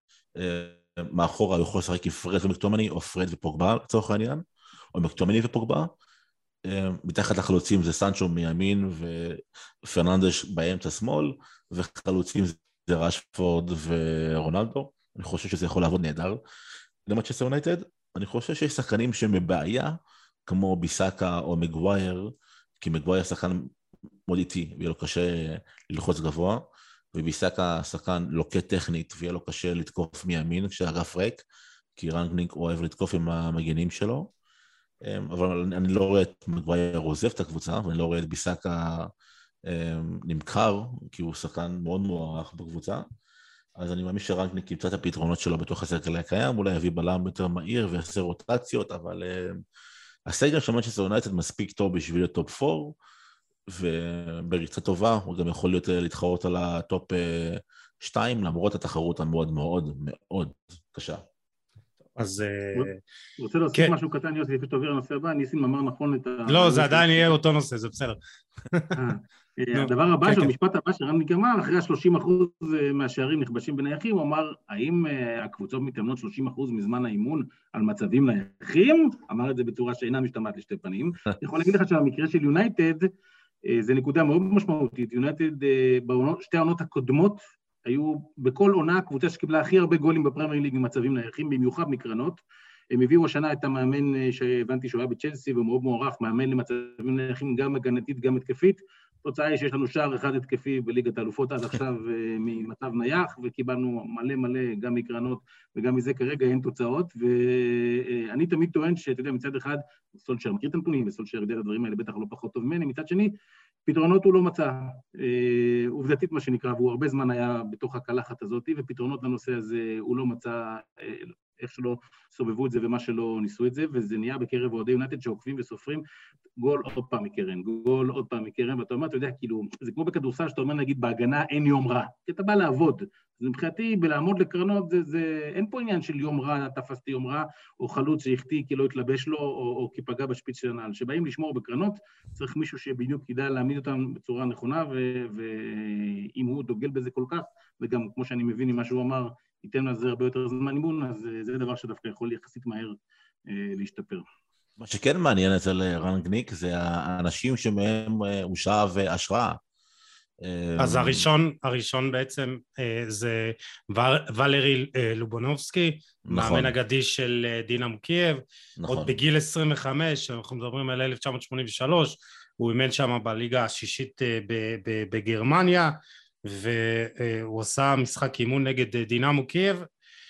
מאחורה הוא יכול לשחק עם פרד ומקטומני, או פרד ופוגבה לצורך העניין, או מקטומני ופוגבה, מתחת לחלוצים זה סנצ'ו מימין, ופרננדש באמצע שמאל, וחלוצים זה רשפורד ורונלדו, אני חושב שזה יכול לעבוד נהדר, למנצ'סטר יונייטד. אני חושב שיש שחקנים שהם בבעיה, כמו ביסאקה או מגווייר, כי מגווייר שחקן מאוד איטי, ויהיה לו קשה ללחוץ גבוה, וביסאקה שחקן לוקה טכנית, ויהיה לו קשה לתקוף מימין כשהאגף ריק, כי רנגניק אוהב לתקוף עם המגנים שלו, אבל אני לא רואה את מגווייר עוזב את הקבוצה, ואני לא רואה את ביסאקה נמכר, כי הוא שחקן מאוד מוערך בקבוצה, אז אני מאמין שרנגניק ימצא את הפתרונות שלו בתוך הסגל הקיים, אולי יביא בלם יותר מהיר ויעשה רוטציות, אבל הסגל של מנצ'סטר יונייטד מספיק טוב בשביל הטופ 4, ובריצה טובה הוא גם יכול להיות להתחרות על הטופ 2, למרות התחרות המאוד מאוד מאוד קשה. אז רוצה להוסיף משהו קטן, יוסי, לפני שתעביר לנושא הבא, ניסים אמר נכון את ה... לא, זה עדיין יהיה אותו נושא, זה בסדר. הדבר הבא של המשפט הבא שרנגניק אמר, אחרי 30% מהשערים נכבשים בנייחים, הוא אמר, האם הקבוצות מתאמנות 30% מזמן האימון על מצבים נייחים? אמר את זה בצורה שאינה משתמעת לשתי פנים. אני יכול להגיד לך שהמקרה של יונייטד, זה נקודה מאוד משמעותית. יונייטד, בשתי העונות הקודמות, היו בכל עונה הקבוצה שקיבלה הכי הרבה גולים בפרמייר ליג ממצבים נייחים, במיוחד מקרנות. הם הביאו השנה את המאמן שהבנתי שהוא היה בצ'לסי, והוא מאוד מוערך, מאמן למצבים נייחים גם הגנתית, גם התקפית. התוצאה היא שיש לנו שער אחד התקפי בליגת האלופות עד עכשיו ממצב נייח, וקיבלנו מלא גם מקרנות, וגם מזה כרגע אין תוצאות, ואני תמיד טוען שאתה יודע, מצד אחד, סולשר מכיר את הנתונים, וסולשר יודע את הדברים האלה בטח לא פחות טוב ממני, מצד שני, פתרונות הוא לא מצא, עובדתית מה שנקרא, והוא הרבה זמן היה בתוך הקלחת הזאת, ופתרונות לנושא הזה הוא לא מצא איך שלא סובבו את זה ומה שלא ניסו את זה, וזה נהיה בקרב אוהדי יונייטד שעוקבים וסופרים, גול עוד פעם מקרן, גול עוד פעם מקרן, ואתה אומר, אתה יודע, כאילו, זה כמו בכדורסל שאתה אומר, נגיד, בהגנה אין יום רע, כי אתה בא לעבוד. אז מבחינתי, בלעמוד לקרנות, אין פה עניין של יום רע, תפסתי יום רע, או חלוץ שהחטיא כי לא התלבש לו, או כי פגע בשפיץ של הנעל. שבאים לשמור בקרנות, צריך מישהו שבדיוק ידע להעמיד אותם בצורה נכונה, ואם הוא דוגל בזה כל כך, וגם כמו שאני מבין עם מה שהוא אמר, ייתן לזה הרבה יותר זמן אימון, אז זה דבר שדווקא יכול יחסית מהר להשתפר. מה שכן מעניין אצל רנגניק זה האנשים שמהם הוא שאב השראה. אז הראשון בעצם זה ולרי לובונובסקי, מאמן אגדי של דינמו קייב, עוד בגיל 25, אנחנו מדברים על 1983, הוא אימן שם בליגה השישית בגרמניה, והוא עשה משחק אימון נגד דינמו קייב,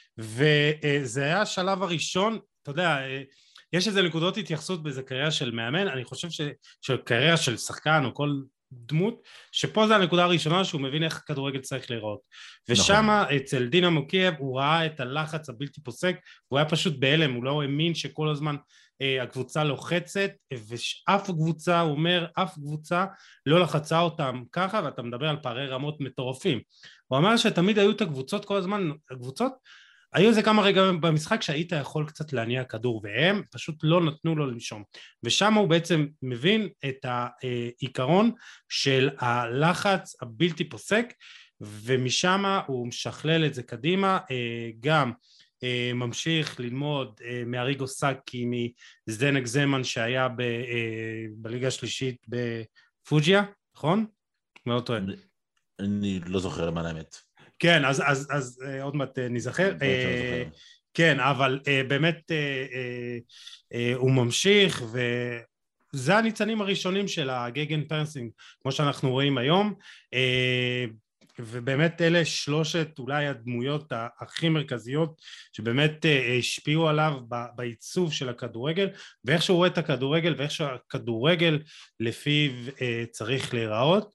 וזה היה השלב הראשון, אתה יודע, יש איזה נקודות התייחסות באיזה קריירה של מאמן, אני חושב שקריירה של שחקן או כל דמות, שפה זה הנקודה הראשונה שהוא מבין איך כדורגל צריך לראות. ושם אצל דינמו קייב הוא ראה את הלחץ הבלתי פוסק, הוא היה פשוט בהלם, הוא לא האמין שכל הזמן הקבוצה לוחצת, ואף קבוצה, הוא אומר, אף קבוצה לא לחצה אותם ככה, ואתה מדבר על פערי רמות מטורפים. הוא אמר שתמיד היו את הקבוצות, כל הזמן הקבוצות, היו איזה כמה רגעים במשחק שהיית יכול קצת להניע כדור, והם פשוט לא נתנו לו לנשום. ושם הוא בעצם מבין את העיקרון של הלחץ הבלתי פוסק, ומשם הוא משכלל את זה קדימה, גם ממשיך ללמוד מאריגו סאקי, מזדנק זמן שהיה בליגה השלישית בפוג'יה, נכון? לא טוען. אני לא זוכר מה האמת. כן, אז עוד מעט נזכר. כן, אבל באמת הוא ממשיך, וזה הניצנים הראשונים של הגגן פרסינג, כמו שאנחנו רואים היום, ובאמת אלה שלושת אולי הדמויות הכי מרכזיות, שבאמת השפיעו עליו בעיצוב של הכדורגל, ואיך שהוא רואה את הכדורגל, ואיך שהכדורגל לפיו צריך להיראות.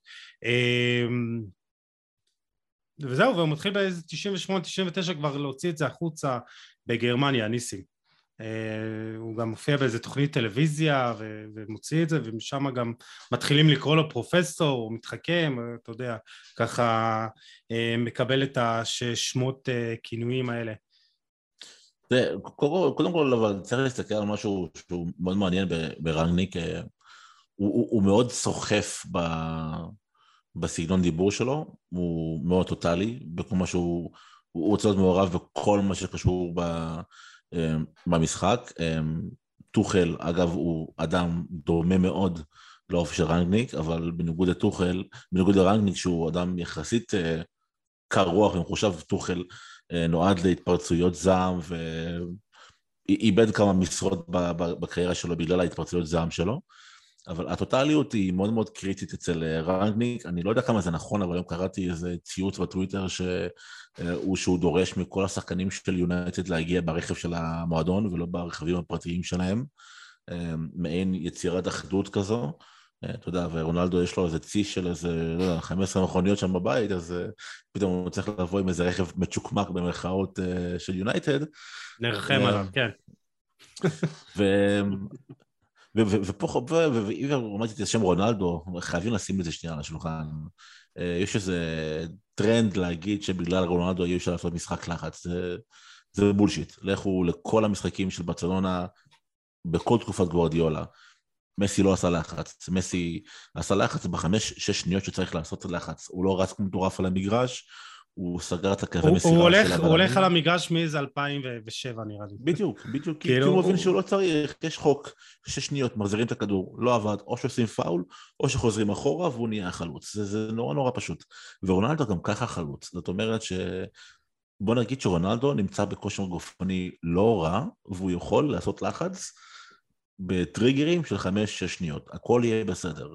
וזהו, והוא מתחיל באיזה 98-99 כבר להוציא את זה החוצה בגרמניה, ניסים. הוא גם מופיע באיזה תוכנית טלוויזיה ומוציא את זה, ומשם גם מתחילים לקרוא לו פרופסור, הוא מתחכם, אתה יודע, ככה מקבל את השמות כינויים האלה. קודם כל, אבל צריך להסתכל על משהו שהוא מאוד מעניין ברנגניק, הוא מאוד סוחף בסגנון דיבור שלו, הוא מאוד טוטלי, בכל מה שהוא רוצה להיות מעורב בכל מה שקשור במשחק. טוחל, אגב, הוא אדם דומה מאוד לאופי של רנגניק, אבל בניגוד לרנגניק, שהוא אדם יחסית קר רוח ומחושב, טוחל נועד להתפרצויות זעם, ואיבד כמה משרות בקריירה שלו בגלל ההתפרצויות זעם שלו, אבל הטוטליות היא מאוד מאוד קריטית אצל רנגניק. אני לא יודע כמה זה נכון, אבל היום קראתי איזה ציוץ בטוויטר שהוא דורש מכל השחקנים של יונייטד להגיע ברכב של המועדון ולא ברכבים הפרטיים שלהם, מעין יצירת אחדות כזו. אתה יודע, ורונלדו יש לו איזה צי של איזה, לא יודע, 15 מכוניות שם בבית, אז פתאום הוא צריך לבוא עם איזה רכב מצ'וקמק במרכאות של יונייטד. נרחם עליו, כן. ופה, ואם עומדתי את השם רונלדו, חייבים לשים את זה שנייה על השולחן. יש איזה טרנד להגיד שבגלל רונלדו אי אפשר לעשות משחק לחץ. זה בולשיט. לכו לכל המשחקים של ברצלונה בכל תקופת גוארדיולה. מסי לא עשה לחץ. מסי עשה לחץ ב5-6 שניות שצריך לעשות לחץ. הוא לא רץ כמו מטורף על המגרש, הוא סגר את הקווי מסירה של הבלמים. הוא הולך על המגרש מאיזה 2007 נראה לי. בדיוק, כי הוא מבין שהוא לא צריך, יש חוק, 6 שניות, מחזירים את הכדור, לא עבד, או שעושים פאול, או שחוזרים אחורה והוא נהיה חלוץ. זה נורא נורא פשוט. ורונלדו גם ככה חלוץ. זאת אומרת בוא נגיד שרונלדו נמצא בכושר גופני לא רע, והוא יכול לעשות לחץ בטריגרים של 5-6 שניות. הכל יהיה בסדר.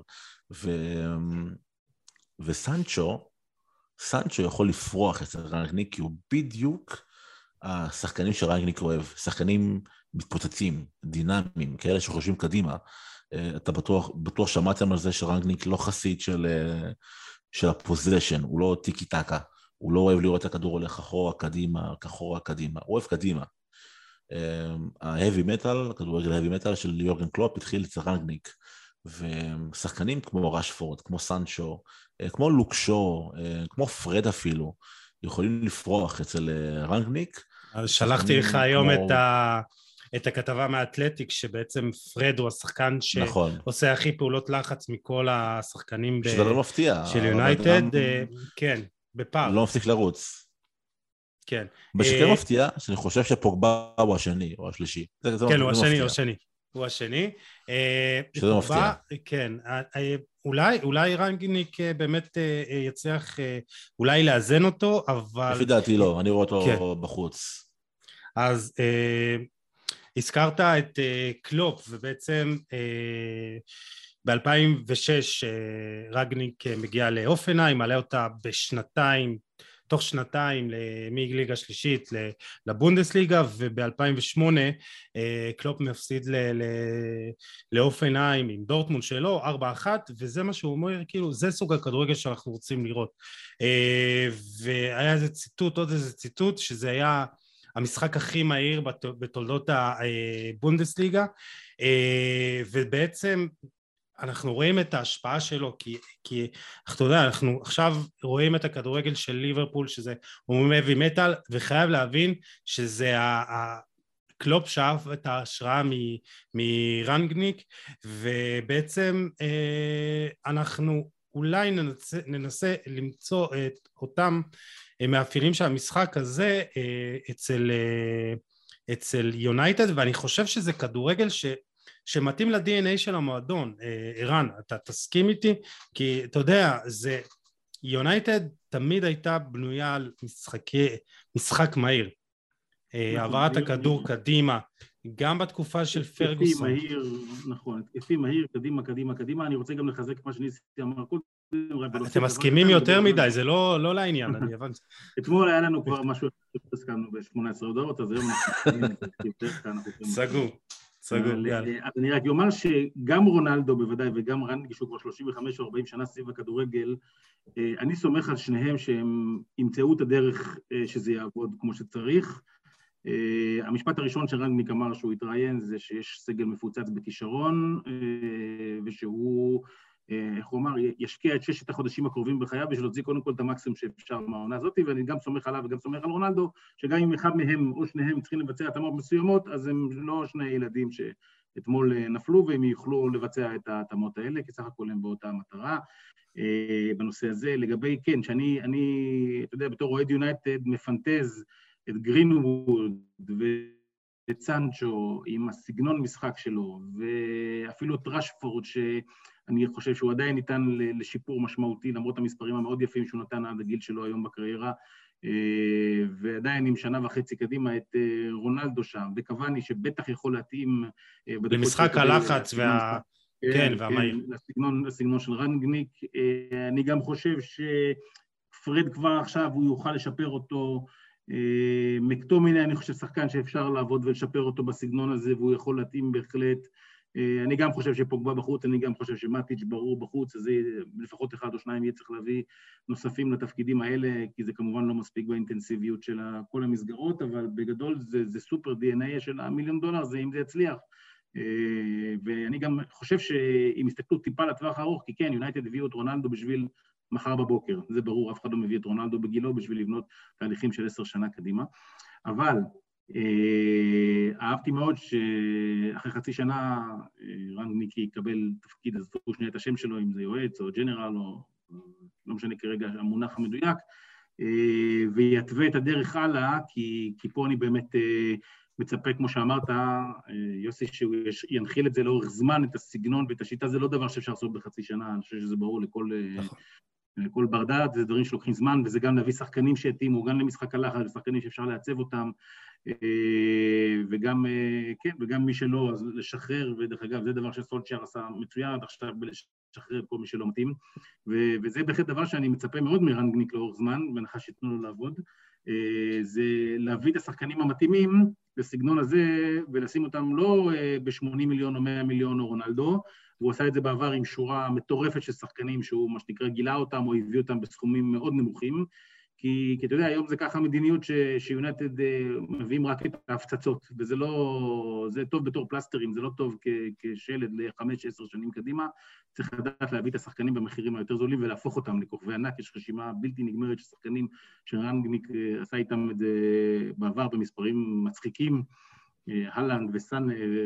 וסנצ'ו יכול לפרוח אצל רנגניק, כי הוא בדיוק השחקנים שרנגניק אוהב, שחקנים מתפוצצים, דינמיים, כאלה שחושבים קדימה. אתה בטוח שמעתם על זה שרנגניק לא חסיד של הפוזיישן, הוא לא טיקי טקה, הוא לא אוהב לראות את הכדור הולך אחורה קדימה, הוא אוהב קדימה. ההאבי מטל, הכדורגל ההאבי מטל של יורגן קלופ התחיל אצל רנגניק, ושחקנים כמו רשפורד, כמו סנצ'ו, כמו לוקשו, כמו פרד אפילו, יכולים לפרוח אצל רנגניק. שלחתי לך היום את הכתבה מהאתלטיק, שבעצם פרד הוא השחקן שעושה הכי פעולות לחץ מכל השחקנים שזה לא מפתיע. של יונייטד, כן, בפער. לא מפסיק לרוץ. כן. מה שכן מפתיע, שאני חושב שפוגבה הוא השני, או השלישי. כן, הוא השני. הוא השני. שזה מפתיע. כן, אולי רנגניק באמת יצליח אולי לאזן אותו, אבל... לפי דעתי לא, אני רואה אותו בחוץ. אז הזכרת את קלופ, ובעצם ב-2006 רנגניק מגיע לאופנהיים, מעלה אותה תוך שנתיים מליגה שלישית לבונדסליגה, וב-2008 קלופ מפסיד לאופנהיים עם דורטמונד שלו 4-1, וזה מה שהוא אומר, כאילו זה סוג הכדורגל שאנחנו רוצים לראות. והיה עוד איזה ציטוט, שזה היה המשחק הכי מהיר בתולדות הבונדסליגה, ובעצם אנחנו רואים את ההשפעה שלו, כי אתה יודע, אנחנו עכשיו רואים את הכדורגל של ליברפול, שזה הוא heavy metal, וחייב להבין שזה קלופ שאף את ההשראה מרנגניק, ובעצם אנחנו אולי ננסה למצוא את אותם מאפיינים של המשחק הזה אצל יונייטד, ואני חושב שזה כדורגל שמתאים ל-DNA של המועדון. ערן, אתה תסכים איתי? כי אתה יודע, יונייטד תמיד הייתה בנויה על משחק מהיר. העברת הכדור קדימה, גם בתקופה של פרגוסון. נכון, התקפי מהיר, קדימה. אני רוצה גם לחזק מה שניסי אמר קודם. אתם מסכימים יותר מדי, זה לא לעניין, אני הבנתי. אתמול היה לנו כבר משהו שהסכמנו ב-18 הודעות, אז היום סגור. אז אני רק אומר שגם רונלדו בוודאי וגם רנגניק, שהוא כבר 35 או 40 שנה סביב הכדורגל, אני סומך על שניהם שהם ימצאו את הדרך שזה יעבוד כמו שצריך. המשפט הראשון שרנגניק אמר שהוא התראיין זה שיש סגל מפוצץ בכישרון, ושהוא, איך הוא אמר, ישקיע את 6 החודשים הקרובים בחייו בשביל להוציא קודם כל את המקסימום שאפשר מהעונה הזאת, ואני גם סומך עליו וגם סומך על רונלדו, שגם אם אחד מהם או שניהם צריכים לבצע התאמות מסוימות, אז הם לא שני ילדים שאתמול נפלו, והם יוכלו לבצע את ההתאמות האלה, כי סך הכל הם באותה מטרה. בנושא הזה, לגבי, כן, שאני, אתה יודע, בתור אוהד יונייטד מפנטז את גרינווד ואת סנצ'ו עם הסגנון משחק שלו, ואפילו את רשפורד, שאני חושב שהוא עדיין ניתן לשיפור משמעותי, למרות המספרים המאוד יפים שהוא נתן עד הגיל שלו היום בקריירה, ועדיין עם 1.5 שנה קדימה את רונלדו שם, וקוואני שבטח יכול להתאים למשחק הלחץ והמהיר. לסגנון של רנגניק. אני גם חושב שפרד כבר עכשיו הוא יוכל לשפר אותו, מקטומיני אני חושב שחקן שאפשר לעבוד ולשפר אותו בסגנון הזה, והוא יכול להתאים בהחלט. אני גם חושב שפוגבה בחוץ, אני גם חושב שמטיץ' ברור בחוץ, אז לפחות 1 או 2 יהיה צריך להביא נוספים לתפקידים האלה, כי זה כמובן לא מספיק באינטנסיביות של כל המסגרות, אבל בגדול זה סופר DNA של $1 מיליון, זה אם זה יצליח. ואני גם חושב שאם הסתכלו טיפה לטווח הארוך, כי כן, יונייטד הביאו את רונלדו בשביל מחר בבוקר, זה ברור, אף אחד לא מביא את רונלדו בגילו בשביל לבנות תהליכים של 10 שנה קדימה, אבל אהבתי מאוד שאחרי חצי שנה רנגניק יקבל תפקיד, אז תראו שנייה את השם שלו, אם זה יועץ או ג'נרל או לא משנה כרגע המונח המדויק, ויתווה את הדרך הלאה, כי פה אני באמת מצפה, כמו שאמרת, יוסי, שהוא ינחיל את זה לאורך זמן, את הסגנון ואת השיטה, זה לא דבר שאפשר לעשות בחצי שנה, אני חושב שזה ברור לכל בר דעת, זה דברים שלוקחים זמן, וזה גם להביא שחקנים שהתאימו, גם למשחק הלחץ, ושחקנים שאפשר לעצב אותם, וגם, כן, וגם מי שלא, אז לשחרר, ודרך אגב, זה דבר שסולצ'ר עשה מצוין, עכשיו לשחרר את כל מי שלא מתאים, וזה בהחלט דבר שאני מצפה מאוד מרנגניק לאורך זמן, בהנחה שיתנו לו לעבוד, זה להביא את השחקנים המתאימים בסגנון הזה, ולשים אותם לא ב-80 מיליון או 100 מיליון או רונלדו, הוא עשה את זה בעבר עם שורה מטורפת של שחקנים שהוא מה שנקרא גילה אותם או הביא אותם בסכומים מאוד נמוכים, כי אתה יודע, היום זה ככה מדיניות שיונייטד מביאים רק את ההפצצות, וזה לא, זה טוב בתור פלסטרים, זה לא טוב כשלד ל5-10 שנים קדימה, צריך לדעת להביא את השחקנים במחירים היותר זולים ולהפוך אותם לכוכבי ענק, יש רשימה בלתי נגמרת של שחקנים שרנגניק עשה איתם את זה בעבר במספרים מצחיקים, הלנד וסן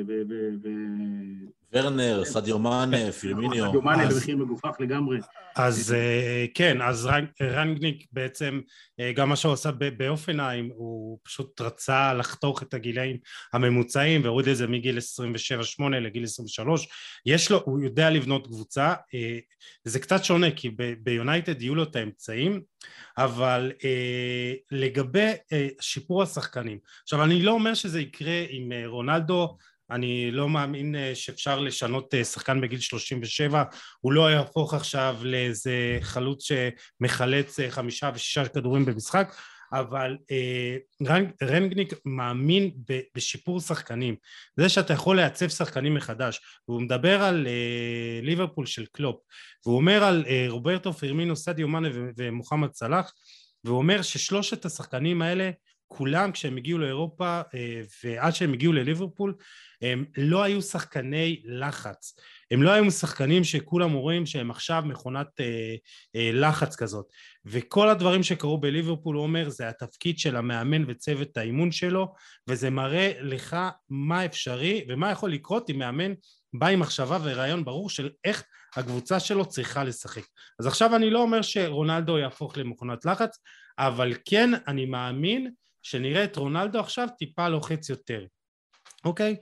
ורנר, סדיו מאנה, פירמיניו. סדיו מאנה במחיר מגופח לגמרי. אז כן, אז רנגניק בעצם, גם מה שהוא עשה באופנהיים, הוא פשוט רצה לחתוך את הגילאים הממוצעים, והוריד את זה מגיל 27-8 לגיל 23. יש לו, הוא יודע לבנות קבוצה, זה קצת שונה, כי ביונייטד יהיו לו את האמצעים, אבל לגבי שיפור השחקנים, עכשיו אני לא אומר שזה יקרה עם רונלדו, אני לא מאמין שאפשר לשנות שחקן בגיל 37, הוא לא יהפוך עכשיו לאיזה חלוץ שמחלץ 5 ו6 כדורים במשחק, אבל רנגניק מאמין בשיפור שחקנים, זה שאתה יכול לעצב שחקנים מחדש, והוא מדבר על ליברפול של קלופ, והוא אומר על רוברטו פירמינו, סדיו מאנה ומוחמד סלאח, והוא אומר ששלושת השחקנים האלה, כולם כשהם הגיעו לאירופה ועד שהם הגיעו לליברפול, הם לא היו שחקני לחץ, הם לא היו שחקנים שכולם רואים שהם עכשיו מכונת לחץ כזאת, וכל הדברים שקרו בליברפול, הוא אומר, זה התפקיד של המאמן וצוות האימון שלו, וזה מראה לך מה אפשרי ומה יכול לקרות אם מאמן בא עם מחשבה ורעיון ברור של איך הקבוצה שלו צריכה לשחק. אז עכשיו אני לא אומר שרונלדו יהפוך למכונת לחץ, אבל כן אני מאמין שנראה את רונלדו עכשיו טיפה לוחץ יותר, אוקיי?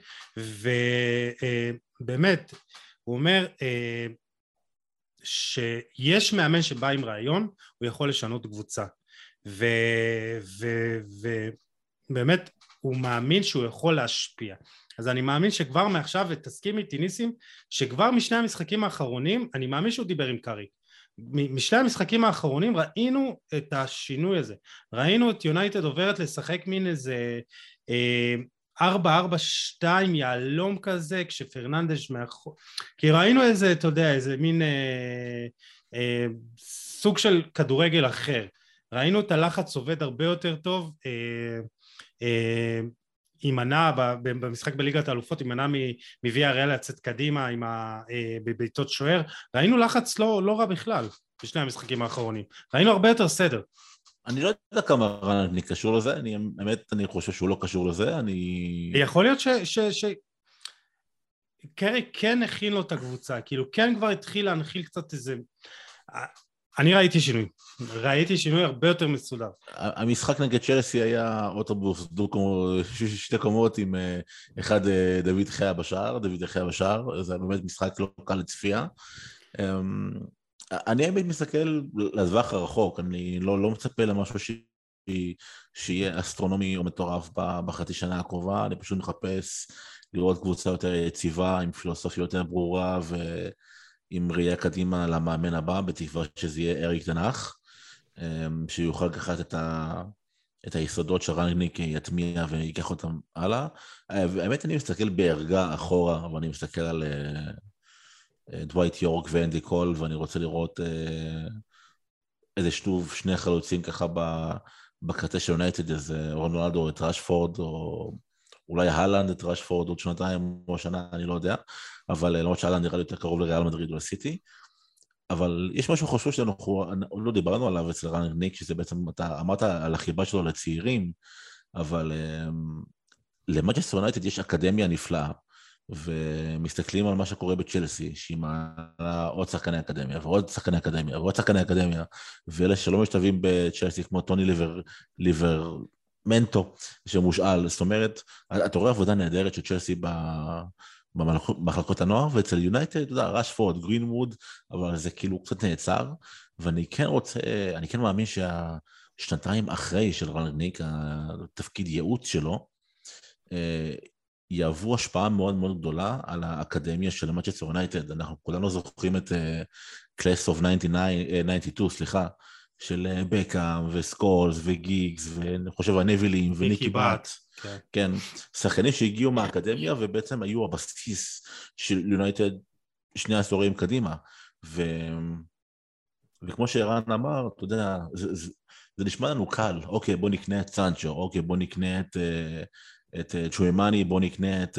ובאמת, הוא אומר שיש מאמן שבא עם רעיון, הוא יכול לשנות קבוצה, ובאמת הוא מאמין שהוא יכול להשפיע. אז אני מאמין שכבר מעכשיו, ותסכים איתי ניסים, שכבר משני המשחקים האחרונים, אני מאמין שהוא דיבר עם קארי, משני המשחקים האחרונים ראינו את השינוי הזה, ראינו את יונייטד עוברת לשחק מין איזה 4-4-2 יעלום כזה, כשפרננדש מאחור, כי ראינו איזה, אתה יודע, איזה מין סוג של כדורגל אחר, ראינו את הלחץ עובד הרבה יותר טוב, הימנע במשחק בליגת האלופות, הימנע מביא הריאל לצאת קדימה בביתות שוער, ראינו לחץ לא רע בכלל בשני המשחקים האחרונים, ראינו הרבה יותר סדר. אני לא יודע כמה רנגניק קשור לזה, באמת אני חושב שהוא לא קשור לזה, יכול להיות קרי כן הכין לו את הקבוצה, כאילו כן כבר התחיל להנחיל קצת איזה, אני ראיתי שינוי הרבה יותר מסודר. המשחק נגד צ'לסי היה אוטובוס שתי קומות עם אחד דוד חיה בשער, זה היה באמת משחק לא קל לצפייה. אני באמת מסתכל לטווח הרחוק, אני לא מצפה למשהו שיהיה אסטרונומי או מטורף בחצי שנה הקרובה, אני פשוט מחפש לראות קבוצה יותר יציבה, עם פילוסופיה יותר ברורה עם ראייה קדימה למאמן הבא, בתקווה שזה יהיה אריק תנח, שיוכל לקחת את היסודות שרנגניק יטמיע ויקח אותם הלאה. האמת אני מסתכל בהרגע אחורה, אבל אני מסתכל על דווייט יורק ואנדי קול, ואני רוצה לראות איזה שני חלוצים ככה בקצה של יונייטד, איזה רונלדו את רשפורד, או אולי הלנד את רשפורד עוד שנתיים או שנה, אני לא יודע, אבל למרות שהלנד נראה לי יותר קרוב לריאל מדריד או לסיטי, אבל יש משהו חשוב שאנחנו לא דיברנו עליו אצל רנגניק, שזה בעצם, אתה אמרת על החיבה שלו לצעירים, אבל למנצ'סטר יונייטד יש אקדמיה נפלאה, ומסתכלים על מה שקורה בצ'לסי, שהיא מעלה עוד שחקני אקדמיה, ועוד שחקני אקדמיה, ועוד שחקני אקדמיה, ואלה שלא משתווים בצ'לסי, כמו טוני ליברמנטו, שמושאל, זאת אומרת, אתה רואה עבודה נהדרת של צ'לסי במחלקות הנוער, ואצל יונייטד, אתה יודע, רשפורד, גרינווד, אבל זה כאילו קצת נעצר, ואני כן רוצה, אני כן מאמין שהשנתיים אחרי של רנגניק, התפקיד ייעוץ שלו, יעברו השפעה מאוד מאוד גדולה על האקדמיה של מנצ'סטר יונייטד. אנחנו כולנו זוכרים את Class of 92, של בקאם וסקולס וגיגס, ואני חושב הנבילים וניקי בת. כן, שחקנים שהגיעו מהאקדמיה ובעצם היו הבסיס של יונייטד 2 עשורים קדימה. וכמו שערן אמר, אתה יודע, זה נשמע לנו קל, אוקיי, בוא נקנה את סנצ'ו, אוקיי, בוא נקנה את צ'וימני, בוא נקנה את,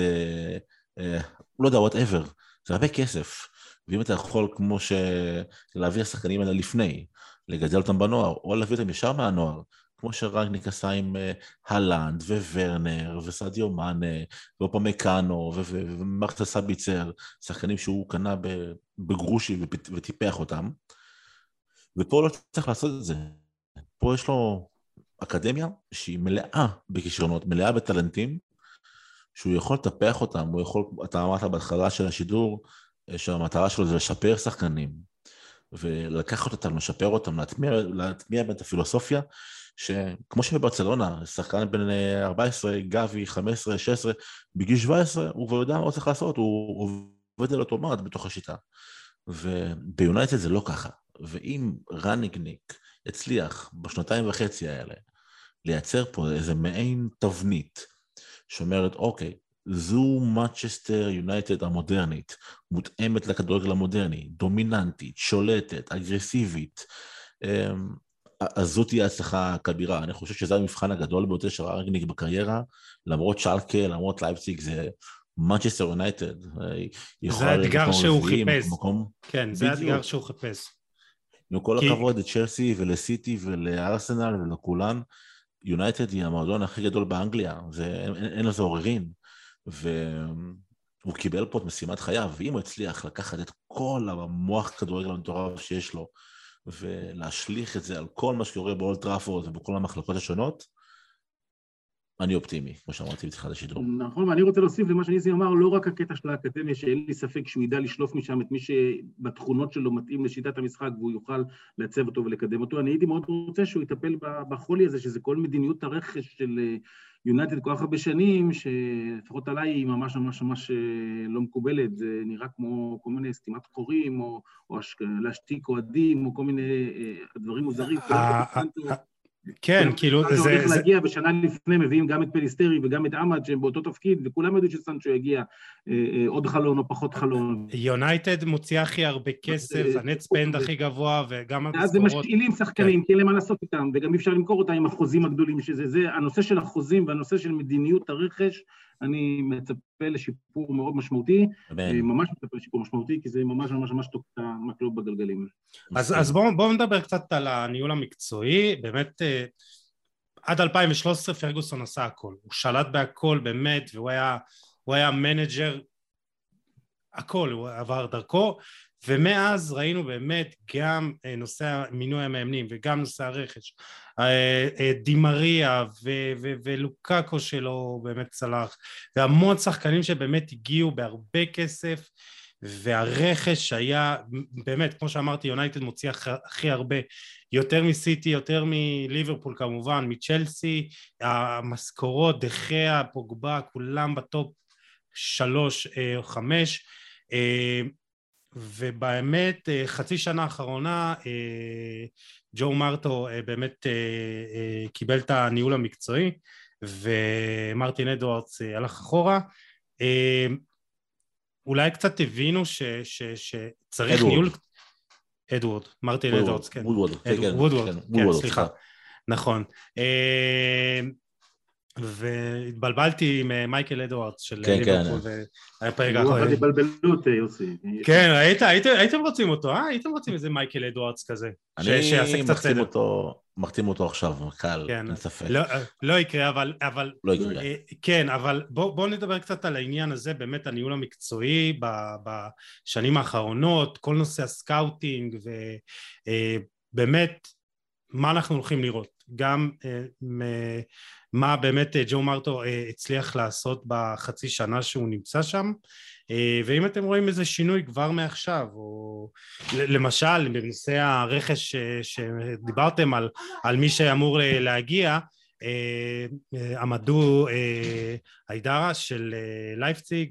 לא יודע, whatever, זה הרבה כסף, ואם אתה יכול כמו להביא השחקנים האלה לפני, לגדל אותם בנוער, או להביא אותם ישר מהנוער, כמו שרנגניק עשה עם הלנד וורנר וסדיו מאנה ואופמקאנו ומרקס סביצר, שחקנים שהוא קנה בגרושים וטיפח אותם, ופה לא צריך לעשות את זה. פה יש לו אקדמיה שהיא מלאה בכישרונות, מלאה בטלנטים, שהוא יכול לטפח אותם, הוא יכול, אתה אמרת בהתחלה של השידור, שהמטרה שלו זה לשפר שחקנים, ולקחת אותם, לשפר אותם, להטמיע את הפילוסופיה, שכמו שבברצלונה, שחקן בין 14, גבי, 15, 16, בגיל 17, הוא כבר יודע מה הוא צריך לעשות, הוא עובד על אוטומט בתוך השיטה. וביונייטד זה לא ככה. ואם רניגניק הצליח בשנתיים וחצי האלה, לייצר פה איזה מעין תבנית, שאומרת, אוקיי, זו מצ'סטר יונייטד המודרנית, מותאמת לכדורגל המודרני, דומיננטית, שולטת, אגרסיבית, אז זאת תהיה הצלחה כבירה. אני חושב שזה המבחן הגדול ביותר של רניגניק בקריירה, למרות שלקה, למרות לייפציג, זה מצ'סטר יונייטד. זה האתגר שהוא חיפש. כן, זה האתגר שהוא חיפש. עם כל הכבוד לצ'לסי ולסיטי ולארסנל ולכולן, יונייטד היא המועדון הכי גדול באנגליה, אין לזה עוררין, והוא קיבל פה את משימת חייו, ואם הוא הצליח לקחת את כל המוח כדורגל המטורף שיש לו, ולהשליך את זה על כל מה שקורה באולד טראפורד ובכל המחלקות השונות, אני אופטימי, כמו שאמרתי בתחילת השידור. נכון, ואני רוצה להוסיף למה שניסי אמר, לא רק הקטע של האקדמיה, שאין לי ספק שהוא ידע לשלוף משם את מי שבתכונות שלו מתאים לשיטת המשחק, והוא יוכל לעצב אותו ולקדם אותו. אני הייתי מאוד רוצה שהוא יטפל בחולי הזה, שזה כל מדיניות הרכש של יונייטד כל כך הרבה שנים, שלפחות עליי היא ממש ממש ממש לא מקובלת, זה נראה כמו כל מיני סתימת חורים, או להשתיק אוהדים, או כל מיני דברים מוזרים. כן, כאילו זה הולך להגיע, בשנה לפני מביאים גם את פליסטרי וגם את עמד שהם באותו תפקיד, וכולם יודעים שסנצ'ו יגיע עוד חלון או פחות חלון. יונייטד מוציאה הכי הרבה כסף, הנט ספנד הכי גבוה, וגם המשכורות. אז זה משאילים שחקנים, כי אין להם מה לעשות איתם, וגם אי אפשר למכור אותם עם החוזים הגדולים, שזה הנושא של החוזים והנושא של מדיניות הרכש, אני מצפה לשיפור מאוד משמעותי, ממש מצפה לשיפור משמעותי, כי זה ממש ממש ממש תוקע מקלות בגלגלים. אז בואו נדבר קצת על הניהול המקצועי, באמת עד 2013 פרגוסון עשה הכל, הוא שלט בהכל באמת, והוא היה מנג'ר, הכל, הוא עבר דרכו, ומאז ראינו באמת גם נושא מינוי המאמנים וגם נושא הרכש, דימריה ולוקאקו שלו באמת צלח, והמון שחקנים שבאמת הגיעו בהרבה כסף, והרכש היה באמת, כמו שאמרתי, יונייטד מוציא הכי הרבה, יותר מסיטי, יותר מליברפול כמובן, מצ'לסי, המשכורות, דחיה, פוגבה, כולם בטופ 3 או 5, ובאמת חצי שנה האחרונה ג'ו מרטו באמת קיבל את הניהול המקצועי, ומרטין אדוארדס הלך אחורה. אולי קצת הבינו שצריך ניהול... אדוארד, מרטין אדוארדס, כן. וודוורד, כן, סליחה. נכון. והתבלבלתי עם מייקל אדוארדס של ליברפול, והיה פרק אחר. הוא התבלבלות, יוסי. כן, הייתם רוצים אותו, הייתם רוצים איזה מייקל אדוארדס כזה. אני מחתים אותו עכשיו, קל, אין ספק. לא יקרה, אבל... לא יקרה. כן, אבל בואו נדבר קצת על העניין הזה, באמת הניהול המקצועי בשנים האחרונות, כל נושא הסקאוטינג, ובאמת מה אנחנו הולכים לראות. גם מה באמת ג'ו מרטו הצליח לעשות בחצי שנה שהוא נמצא שם, ואם אתם רואים איזה שינוי כבר מעכשיו, או למשל בנושא הרכש שדיברתם על מי שאמור להגיע, עמדו היידרה של לייפציג,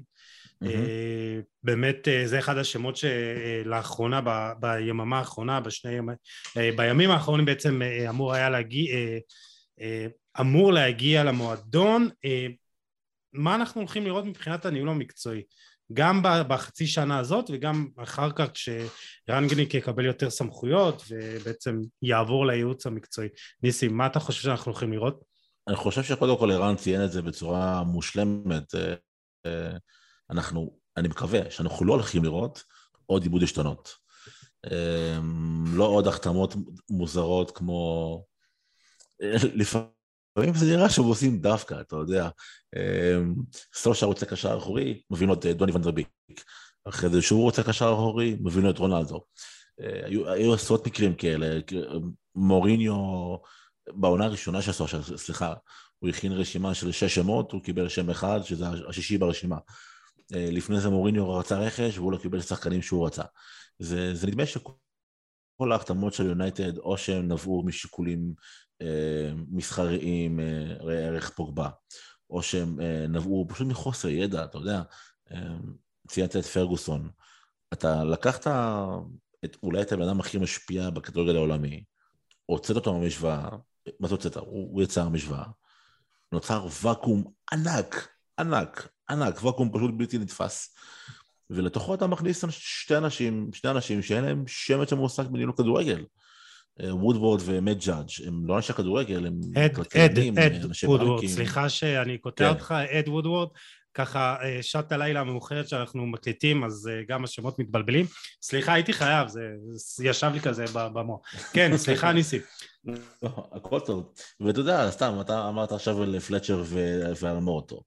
באמת זה אחד השמות שלאחרונה ביממה האחרונה, בימים האחרונים בעצם אמור להגיע למועדון. מה אנחנו הולכים לראות מבחינת הניהול המקצועי? גם בחצי שנה הזאת וגם אחר כך כשרנגניק יקבל יותר סמכויות ובעצם יעבור לייעוץ המקצועי. ניסים, מה אתה חושב שאנחנו הולכים לראות? אני חושב שקודם כל ערן ציין את זה בצורה מושלמת. אני מקווה שאנחנו לא הולכים לראות עוד עיבוד השתנות. לא עוד החתמות מוזרות כמו... לפעמים זה נראה שהם עושים דווקא, אתה יודע. סולשר רוצה קשר אחורי, מבין לו את דוני ונדרביק. אחרי זה שהוא רוצה קשר אחורי, מבין לו את רונלדו. היו עשרות מקרים כאלה. מוריניו, בעונה הראשונה של סולשר, סליחה, הוא הכין רשימה של 6 שמות, הוא קיבל שם אחד, שזה השישי ברשימה. לפני זה מוריניו רצה רכש, והוא לא קיבל שחקנים שהוא רצה. זה נדמה שכל ההחתמות של יונייטד, או שהם נבעו משיקולים מסחריים, ערך פוגבה, או שהם נבעו פשוט מחוסר ידע, אתה יודע, ציינת את פרגוסון, אתה לקחת אולי את הבן אדם הכי משפיע בכדורגל העולמי, הוצאת אותו מהמשוואה, מה זה הוצאת? הוא יצא מהמשוואה, נוצר וקום ענק, וקום פשוט בלתי נתפס, ולתוכו אתה מכניס שני אנשים שאין להם שמץ שמועסק בניהול כדורגל, וודוורד ומט ג'אדג' הם לא אנשי כדורגל, הם כלכלנים, אנשי וודוורד, סליחה שאני קוטע אותך, אד וודוורד, ככה שעת הלילה המאוחרת שאנחנו מקליטים, אז גם השמות מתבלבלים, סליחה, הייתי חייב, זה ישב לי כזה במוח, כן, סליחה ניסי. לא, הכל טוב, ואתה יודע, סתם, אתה אמרת עכשיו על פלצ'ר ועל מורטו,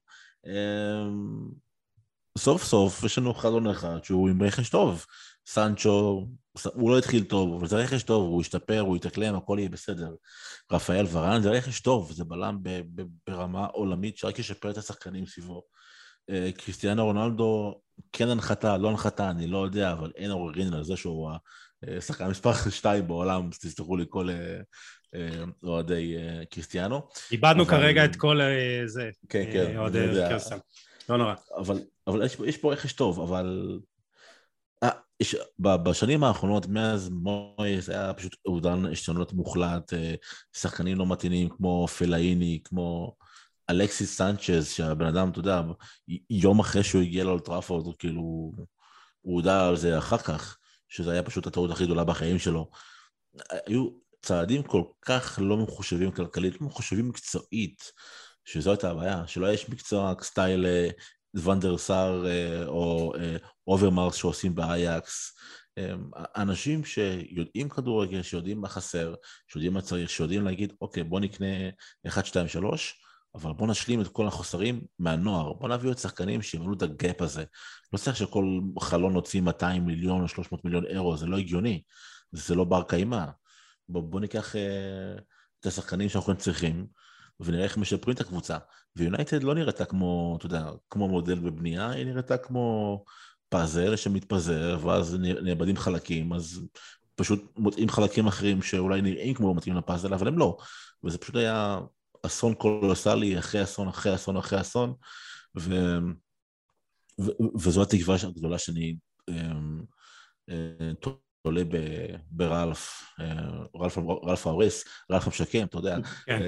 סוף סוף יש לנו חלון אחד שהוא עם רכש טוב, סנצ'ו, הוא לא התחיל טוב, אבל זה רכש טוב, הוא ישתפר, הוא יתקלם, הכל יהיה בסדר. רפאל ורן זה רכש טוב, זה בלם ברמה עולמית שרק ישפר את השחקנים סביבו. קריסטיאנו רונלדו, כן הנחתה, לא הנחתה, אני לא יודע, אבל אין עוררין על זה שהוא השחקן מספר 2 בעולם, תסתכלו לי כל אוהדי קריסטיאנו. איבדנו כרגע את כל זה, אוהדי קריסטיאנו. לא נורא. אבל יש פה רכש טוב, אבל בשנים האחרונות, מאז מויס, היה פשוט אובדן השתנות מוחלט, שחקנים לא מתאינים כמו פלאיני, כמו אלכסיס סנצ'ז, שהבן אדם, אתה יודע, יום אחרי שהוא הגיע לאולד טראפורד, כאילו, הוא הודע על זה אחר כך, שזה היה פשוט הטעות הכי גדולה בחיים שלו. היו צעדים כל כך לא מחושבים כלכלית, לא מחושבים מקצועית, שזו הייתה הבעיה, שלא יש מקצוע סטייל ונדר סאר או אוברמרס שעושים באייקס, אנשים שיודעים כדורגל, שיודעים מה חסר, שיודעים מה צריך, שיודעים להגיד, אוקיי, בוא נקנה 1, 2, 3, אבל בוא נשלים את כל החוסרים מהנוער, בוא נביא את שחקנים שימלאו את הגאפ הזה. לא צריך שכל חלון נוציא 200 מיליון או 300 מיליון אירו, זה לא הגיוני, זה לא בר קיימא. בוא ניקח את השחקנים שאנחנו צריכים, ונראה איך משפרים את הקבוצה. ויונייטד לא נראתה כמו, אתה יודע, כמו מודל בבנייה, היא נראתה כמו פאזל שמתפזר, ואז נאבדים חלקים, אז פשוט מוצאים חלקים אחרים שאולי נראים כמו מתאים לפאזל, אבל הם לא. וזה פשוט היה אסון קולוסלי, אחרי אסון, אחרי אסון, אחרי אסון, וזו התקווה הגדולה שאני תולה ברלף, רלף האורס, רלף המשקם, אתה יודע.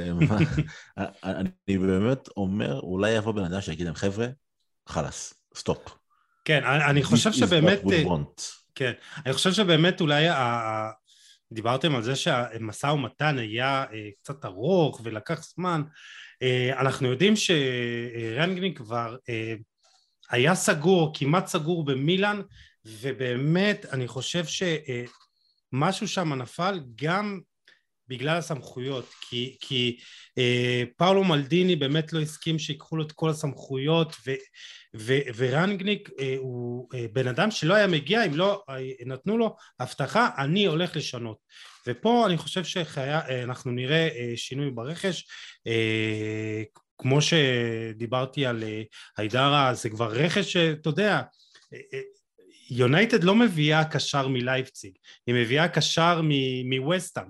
אני באמת אומר, אולי יבוא בן אדם שיגיד להם, חבר'ה, חלס, סטופ. כן, אני חושב שבאמת, כן, אני חושב שבאמת אולי, דיברתם על זה שהמסע ומתן היה קצת ארוך ולקח זמן, אנחנו יודעים שרנגניק כבר היה סגור, כמעט סגור במילאן, ובאמת אני חושב שמשהו שם נפל גם בגלל הסמכויות, כי פאולו מלדיני באמת לא הסכים שיקחו לו את כל הסמכויות, ורנגניק הוא בן אדם שלא היה מגיע אם לא נתנו לו הבטחה, אני הולך לשנות. ופה אני חושב שאנחנו נראה שינוי ברכש, כמו שדיברתי על היידרה, זה כבר רכש שאתה יודע, יונייטד לא מביאה קשר מלייפציג, היא מביאה קשר מווסטהאם,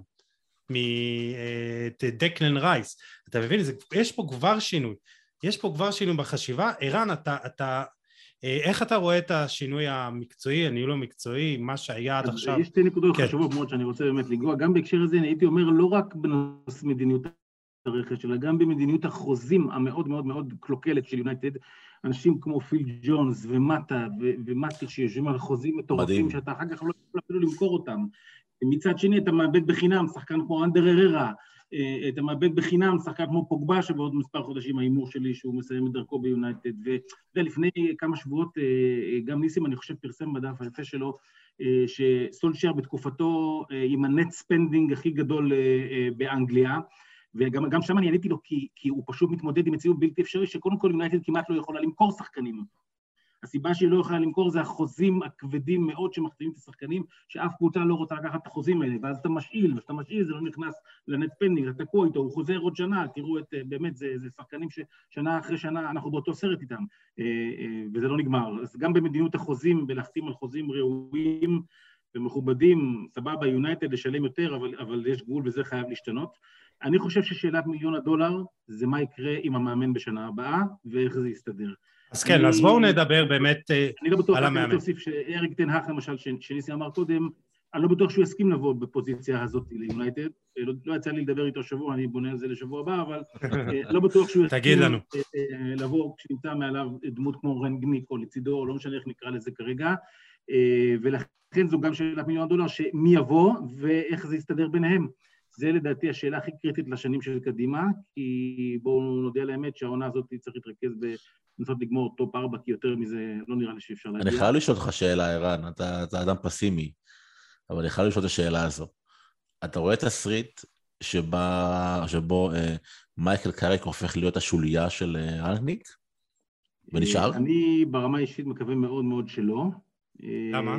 מדקלן רייס, אתה מבין? יש פה כבר שינוי, יש פה כבר שינוי בחשיבה. ערן, איך אתה רואה את השינוי המקצועי, הניהול המקצועי, מה שהיה עד עכשיו? יש שתי נקודות חשובות מאוד שאני רוצה באמת לגוע, גם בהקשר הזה הייתי אומר לא רק בנושא מדיניות הרכש, אלא גם במדיניות החוזים המאוד מאוד מאוד קלוקלת של יונייטד, אנשים כמו פיל ג'ונס ומטה ומטי שיושבים על חוזים מטורפים שאתה אחר כך לא יכול אפילו למכור אותם. מצד שני אתה מאבד בחינם שחקן כמו אנדר הררה, אתה מאבד בחינם שחקן כמו פוגבה שבעוד מספר חודשים האימור שלי שהוא מסיים את דרכו ביונייטד, ולפני כמה שבועות גם ניסים אני חושב פרסם בדף היפה שלו שסולשייר בתקופתו עם הנט ספנדינג הכי גדול באנגליה, וגם שם אני עליתי לו כי הוא פשוט מתמודד עם מציאות בלתי אפשרי שקודם כל יונייטד כמעט לא יכולה למכור שחקנים. הסיבה שהיא לא יכולה למכור זה החוזים הכבדים מאוד שמחתימים את השחקנים, שאף קבוצה לא רוצה לקחת את החוזים האלה, ואז אתה משאיל, וכשאתה משאיל זה לא נכנס לנט ספנדינג, אתה תקוע איתו, הוא חוזר עוד שנה, תראו את, באמת, זה שחקנים ששנה אחרי שנה אנחנו באותו סרט איתם, וזה לא נגמר. אז גם במדיניות החוזים, בלהחתים על חוזים ראויים ומכובדים, סבבה, יונייטד לשלם יותר, אבל יש גבול וזה חייב להשתנות. אני חושב ששאלת $1,000,000 זה מה יקרה עם המאמן בשנה הבאה, ואיך זה יסתדר. אז כן, אז בואו נדבר באמת אני לא בטוח, על המאמן. אני תוסיף שאריק טן האג למשל, שניסי אמר קודם, אני לא בטוח שהוא יסכים לבוא בפוזיציה הזאת ליונייטד, לא יצא לי לדבר איתו שבוע, אני בונה על זה לשבוע הבא, אבל לא בטוח שהוא יסכים לבוא כשנמצא מעליו דמות כמו רנגניק או לצידו, או לא משנה איך נקרא לזה כרגע, ולכן זו גם שאלת $1,000,000 שמי יבוא ואיך זה יסתדר ביניהם. זה לדעתי השאלה הכי קריטית לשנים של קדימה, כי בואו נודע לאמת שהעונה הזאת צריך להתרכז בנסות לגמור טופ 4, כי יותר מזה לא נראה לי שאפשר להגיע. אני חייב לשאול אותך שאלה, ערן, אתה אדם פסימי, אבל אני חייב לשאול את השאלה הזו. אתה רואה תסריט שבו מייקל קאריק הופך להיות השוליה של רנגניק? ונשאר? אני ברמה האישית מקווה מאוד מאוד שלא. למה?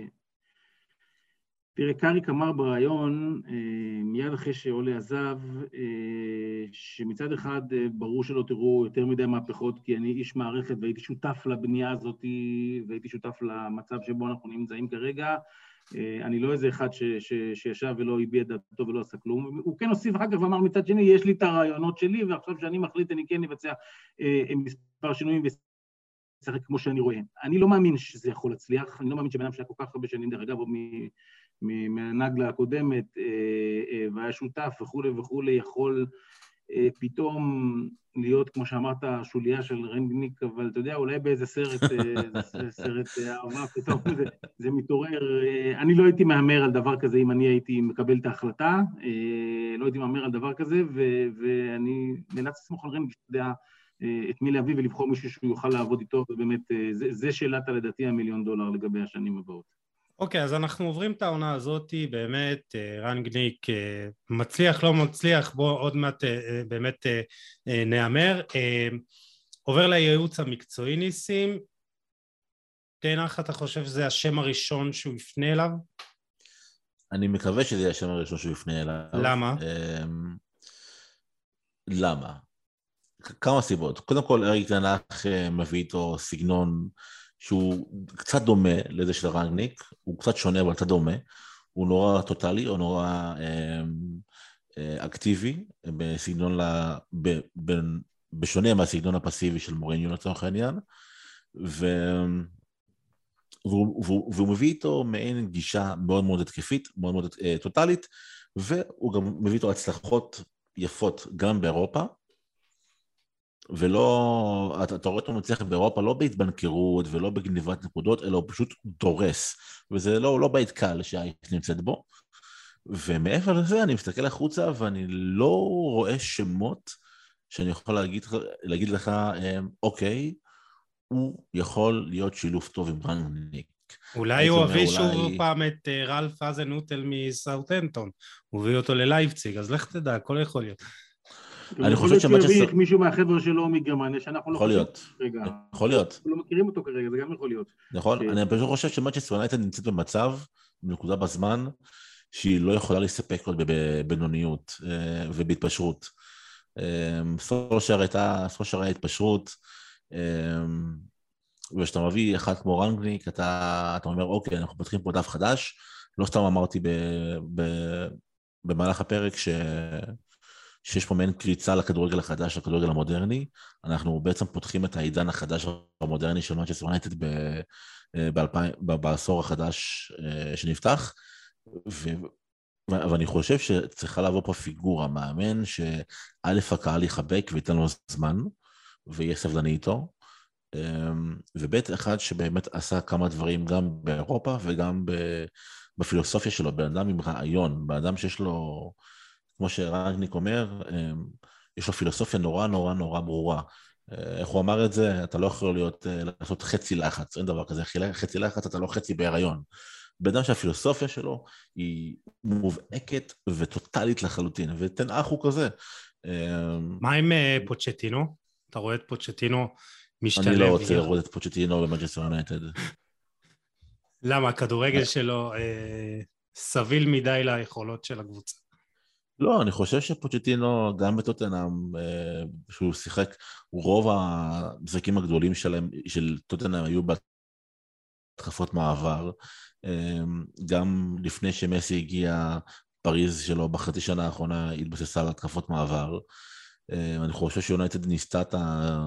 תראה, קאריק אמר ברעיון, מיד אחרי שאולי עזב, שמצד אחד ברור שלא תראו יותר מדי מהפכות, כי אני איש מערכת והייתי שותף לבנייה הזאת, והייתי שותף למצב שבו אנחנו נמצאים כרגע. אני לא איזה אחד שישב ולא הביע דעתו ולא עשה כלום. הוא כן הוסיף אחר כך ואמר מצד שני, יש לי את הרעיונות שלי, ועכשיו שאני מחליט אני כן אבצע מספר שינויים ושחק כמו שאני רואה. אני לא מאמין שזה יכול להצליח, אני לא מאמין שבן אדם שהיה כל כך הרבה שנים, דרך אגב, או מהנגלה הקודמת, והיה שותף וכו', יכול פתאום להיות, כמו שאמרת, שוליה של רנגניק, אבל אתה יודע, אולי באיזה סרט אהבה, פתאום זה מתעורר. אני לא הייתי מאמר על דבר כזה אם אני הייתי מקבל את ההחלטה, לא הייתי מאמר על דבר כזה, ואני נאלץ לסמוך על רנגניק, אתה יודע, את מי להביא ולבחור מישהו שהוא יוכל לעבוד איתו, ובאמת, זה שאלת לדעתי $1,000,000 לגבי השנים הבאות. אוקיי, אז אנחנו עוברים את העונה הזאת, באמת, רנגניק מצליח, לא מצליח, בוא עוד מעט באמת נאמר. עובר לייעוץ המקצועי ניסים, תנח, אתה חושב שזה השם הראשון שהוא יפנה אליו? אני מקווה שזה השם הראשון שהוא יפנה אליו. למה? למה? כמה סיבות. קודם כל, אריק טן האג מביא איתו סגנון שהוא קצת דומה לזה של רנגניק, הוא קצת שונה אבל קצת דומה, הוא נורא טוטלי, הוא נורא אקטיבי, בסגנון בשונה מהסגנון הפסיבי של מוריניו לצורך העניין, והוא מביא איתו מעין גישה מאוד מאוד התקפית, מאוד מאוד טוטלית, והוא גם מביא איתו הצלחות יפות גם באירופה, ולא, אתה רואה אותו מצליח באירופה לא בהתבנקרות ולא בגניבת נקודות, אלא הוא פשוט דורס, וזה לא בית קל שהאייס נמצאת בו, ומעבר לזה אני מסתכל החוצה ואני לא רואה שמות שאני יכול להגיד לך, אוקיי, הוא יכול להיות שילוב טוב עם רנגניק. אולי הוא הביא שוב פעם את רלף אזנוטל מסאות'המפטון, הוא הביא אותו ללייפציג, אז לך תדע, הכל יכול להיות. אני חושב שמנצ'סטר... מישהו מהחבר'ה שלו מגרמניה, שאנחנו לא חושבים... יכול להיות. אנחנו לא מכירים אותו כרגע, זה גם יכול להיות. נכון, אני פשוט חושב שמנצ'סטר יונייטד נמצאת במצב, בנקודה בזמן, שהיא לא יכולה להסתפק עוד בבינוניות ובהתפשרות. סולשייר היה התפשרות, וכשאתה מביא אחד כמו רנגניק, אתה אומר, אוקיי, אנחנו פותחים פה דף חדש, לא סתם אמרתי במהלך הפרק שיש פה מעין קריצה לכדורגל החדש, לכדורגל המודרני, אנחנו בעצם פותחים את העידן החדש המודרני של מנצ'סטר יונייטד בעשור החדש שנפתח, אבל אני חושב שצריכה לבוא פה פיגורה, מאמן שא' הקהל יחבק וייתן לו זמן, ויהיה סבלני איתו, וב' אחד שבאמת עשה כמה דברים גם באירופה וגם בפילוסופיה שלו, בן אדם עם רעיון, בן אדם שיש לו, כמו שרנגניק אומר, יש לו פילוסופיה נורא נורא נורא ברורה. איך הוא אמר את זה? אתה לא יכול לעשות חצי לחץ, אין דבר כזה, חצי לחץ אתה לא חצי בהיריון. בן אדם שהפילוסופיה שלו היא מובהקת וטוטלית לחלוטין, ותן אח הוא כזה. מה עם פוצ'טינו? אתה רואה את פוצ'טינו משתלב? אני לא רוצה לראות את פוצ'טינו במנצ'סטר יונייטד. למה? הכדורגל שלו סביל מדי ליכולות של הקבוצה. לא, אני חושב שפוצ'טינו, גם בטוטנהאם, שהוא שיחק, רוב המשחקים הגדולים של טוטנהאם היו בהתקפות מעבר. גם לפני שמסי הגיע, פריז שלו בחצי שנה האחרונה התבססה על התקפות מעבר. אני חושב שיונייטד ניסתה את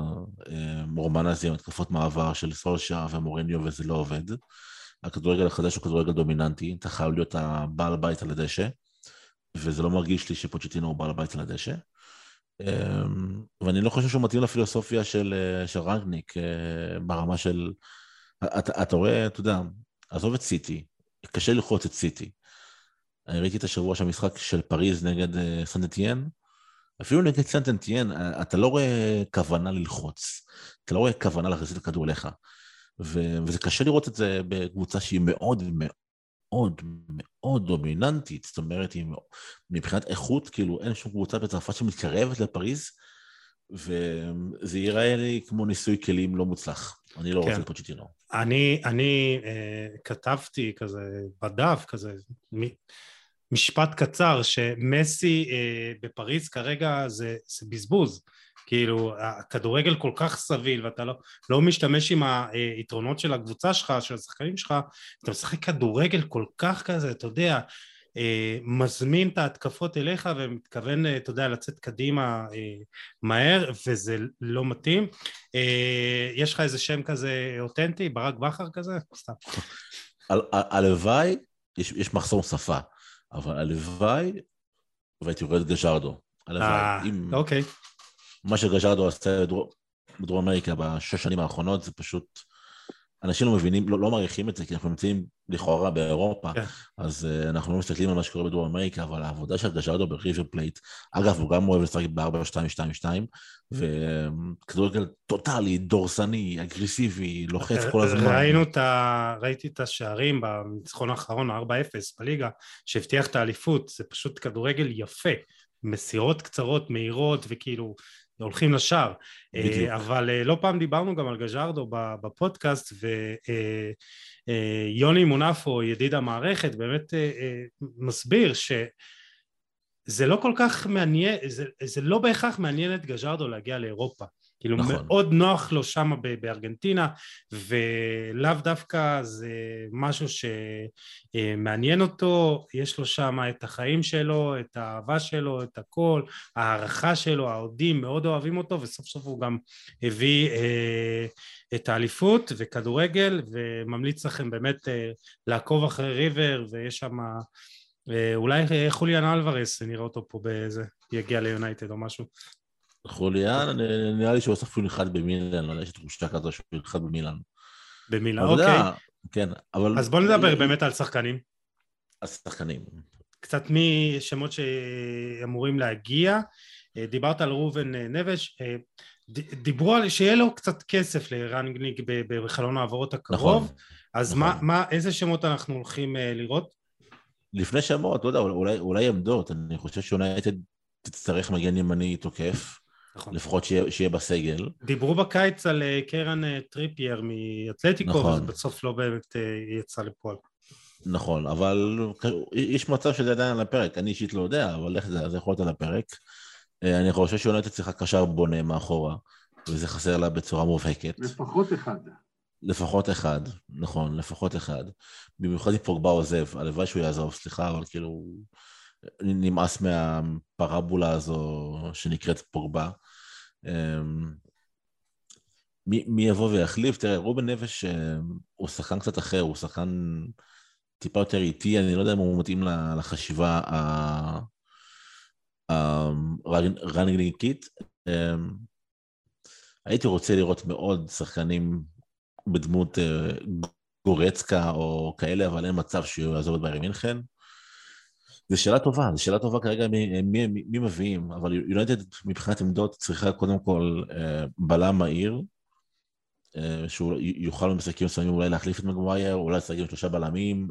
המורמן הזה עם התקפות מעבר של סולשר ומוריניו, וזה לא עובד. הכדורגל החדש הוא כדורגל דומיננטי, אתה חייב להיות הבעל בית על הדשא, וזה לא מרגיש לי שפוצ'טינו הוא בעל בית על הדשא. ואני לא חושב שהוא מתאים לפילוסופיה של רנגניק, ברמה של... אתה רואה, אתה יודע, עזוב את סיטי, קשה ללחוץ את סיטי. אני ראיתי את השבוע של המשחק של פריז נגד סן אתיין, אפילו נגד סן אתיין, אתה לא רואה כוונה ללחוץ, אתה לא רואה כוונה להכניס את הכדור אליך, וזה קשה לראות את זה בקבוצה שהיא מאוד מאוד מאוד דומיננטית, זאת אומרת, מבחינת איכות, כאילו אין שום קבוצה בצרפת שמתקרבת לפריז, וזה ייראה לי כמו ניסוי כלים לא מוצלח. אני לא רוצה את פוצ'טינו. אני כתבתי כזה בדף, כזה משפט קצר, שמסי בפריז כרגע זה בזבוז. כאילו, הכדורגל כל כך סביל, ואתה לא משתמש עם היתרונות של הקבוצה שלך, של השחקנים שלך, אתה משחק כדורגל כל כך כזה, אתה יודע, מזמין את ההתקפות אליך, ומתכוון, אתה יודע, לצאת קדימה מהר, וזה לא מתאים. יש לך איזה שם כזה אותנטי, ברק בכר כזה? סתם. הלוואי, יש מחסום שפה, אבל הלוואי, והייתי רואה את גז'רדו. הלוואי. אוקיי. מה שגז'רדו עשה בדרום אמריקה בשש שנים האחרונות, זה פשוט, אנשים לא מבינים, לא מעריכים את זה, כי אנחנו נמצאים לכאורה באירופה, אז אנחנו לא מסתכלים על מה שקורה בדרום אמריקה, אבל העבודה של גז'רדו בריבר פלייט, אגב, הוא גם אוהב לשחק ב-4-2-2-2, וכדורגל טוטלי, דורסני, אגרסיבי, לוחץ כל הזמן. ראיתי את השערים בניצחון האחרון, 4-0 בליגה, שהבטיח את האליפות, זה פשוט כדורגל יפה, מסירות קצרות, מהירות, וכאילו הולכים לשער. אבל לא פעם דיברנו גם על גז'רדו בפודקאסט, ויוני מונפו, ידיד המערכת, באמת מסביר שזה לא כל כך מעניין, זה לא בהכרח מעניין את גז'רדו להגיע לאירופה. כאילו מאוד נוח לו שם בארגנטינה, ולאו דווקא זה משהו שמעניין אותו, יש לו שם את החיים שלו, את האהבה שלו, את הכל, הערכה שלו, העודים מאוד אוהבים אותו, וסוף סוף הוא גם הביא את האליפות וכדורגל, וממליץ לכם באמת לעקוב אחרי ריבר, ויש שם אולי חוליאן אלוורס, נראה אותו פה באיזה, יגיע ליונייטד או משהו. חוליאן, נראה לי שהוא עושה אפילו אחד במילן, לא יודע, יש תחושה כזו שהוא אחד במילן. במילן, אוקיי. כן, אבל... אז בוא נדבר באמת על שחקנים. השחקנים. קצת משמות שאמורים להגיע, דיברת על ראובן נבש, דיברו על שיהיה לו קצת כסף לרנגניק בחלון העברות הקרוב, אז איזה שמות אנחנו הולכים לראות? לפני שמות, לא יודע, אולי עמדות, אני חושב שיונייטד תצטרך מגן ימני תוקף, לפחות שיהיה בסגל. דיברו בקיץ על קרן טריפייר מאתלטיקו, ובסוף לא באמת יצא לפועל. נכון, אבל יש מצב שזה עדיין על הפרק, אני אישית לא יודע, אבל איך זה יכול להיות על הפרק. אני חושב שיונייטד צריכה קשר בונה מאחורה, וזה חסר לה בצורה מובהקת. לפחות אחד. לפחות אחד, נכון, לפחות אחד. במיוחד אם פוגבה עוזב, הלוואי שהוא יעזוב, סליחה, אבל כאילו נמאס מהפרבולה הזו שנקראת פוגבה. מי יבוא ויחליף? תראה, רובן נבש הוא שחקן קצת אחר, הוא שחקן טיפה יותר איטי, אני לא יודע אם הוא מתאים לחשיבה הרנגניקית. הייתי רוצה לראות מאוד שחקנים בדמות גורצקה או כאלה, אבל אין מצב שהוא יעזוב את ביירן מינכן. זו שאלה טובה כרגע מי מביאים, אבל יונייטד מבחינת עמדות צריכה קודם כל בלם מהיר, שהוא יוכל במשחקים מסוימים אולי להחליף את מגווייר, אולי לשחק עם 3 בלמים,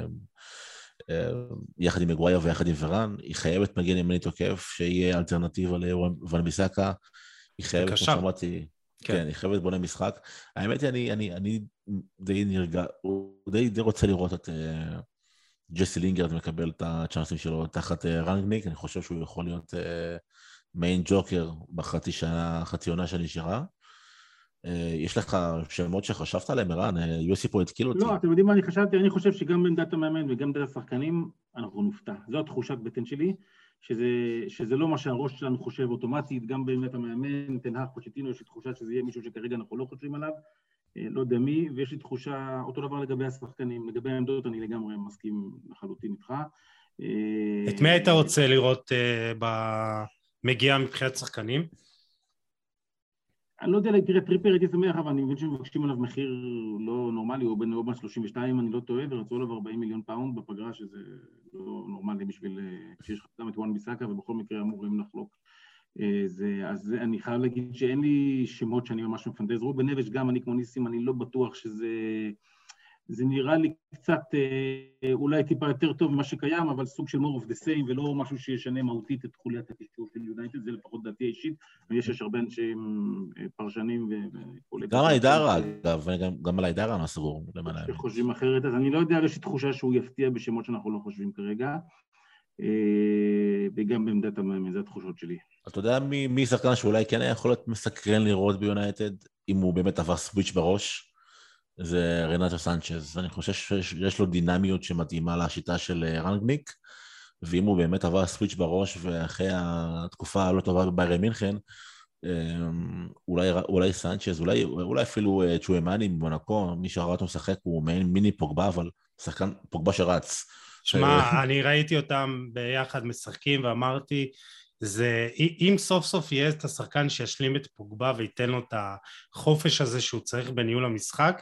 יחד עם מגווייר ויחד עם ורן. היא חייבת מגן ימני תוקף, שיהיה אלטרנטיבה לוואן ביסאקה. היא חייבת, כמו שאמרתי, כן, היא חייבת בונה משחק. האמת היא, אני די נרגע, די רוצה לראות את ג'סי לינגרד מקבל את הצ'אנסים שלו תחת רנגניק. אני חושב שהוא יכול להיות מיין ג'וקר חצי עונה שנשארה. יש לך שמות שחשבת עליהם, ערן? יוסי פה התקיל אותי. לא, אתם יודעים מה אני חשבתי? אני חושב שגם בעמדת המאמן וגם בעמדת השחקנים, אנחנו נופתע. זו התחושת בטן שלי, שזה לא מה שהראש שלנו חושב אוטומטית, גם בעמדת המאמן, תנהג פוצ'טינו, יש לי תחושה שזה יהיה מישהו שכרגע אנחנו לא חושבים עליו, לא יודע מי, ויש לי תחושה, אותו דבר לגבי השחקנים, לגבי העמדות, אני לגמרי מסכים לחלוטין איתך. את מי היית רוצה לראות מגיע מבחינת שחקנים? אני לא יודע, תראה, טריפר הייתי שמח, אבל אני מבין שמבקשים עליו מחיר לא נורמלי, הוא בן 32, אני לא טועה, ורצו עליו 40 מיליון פאונד בפגרה, שזה לא נורמלי בשביל שיש לך גם את וואן ביסאקה, ובכל מקרה אמורים לחלוק. אז אני חייב להגיד שאין לי שמות שאני ממש מפנטז. רובן נבש, גם אני כמו ניסים, אני לא בטוח זה נראה לי קצת, אולי טיפה יותר טוב ממה שקיים, אבל סוג של more of the same, ולא משהו שישנה מהותית את חוליית הקישור של יונייטד, זה לפחות דעתי האישית, ויש הרבה אנשים פרשנים גם הידרה, אגב, גם על הידרה לא סגור. שחושבים אחרת, אז אני לא יודע, יש לי תחושה שהוא יפתיע בשמות שאנחנו לא חושבים כרגע, וגם בעמדת המאמן, זה התחושות שלי. אתה יודע מי שחקן שאולי כן היה יכול להיות מסקרן לראות ביונייטד, אם הוא באמת עבר סוויץ' בראש? זה רנטו סנצ'ז. אני חושב שיש לו דינמיות שמתאימה לשיטה של רנגניק, ואם הוא באמת עבר סוויץ' בראש, ואחרי התקופה הלא טובה בביירן מינכן, אולי סנצ'ז, אולי אפילו צ'ואמאני במונקו, מי שראה אותו משחק הוא מעין מיני פוגבה, אבל שחקן פוגבה שרץ. שמע, אני ראיתי אותם ביחד משחקים ואמרתי, אם סוף סוף יהיה את השחקן שישלים את פוגבה וייתן לו את החופש הזה שהוא צריך בניהול המשחק,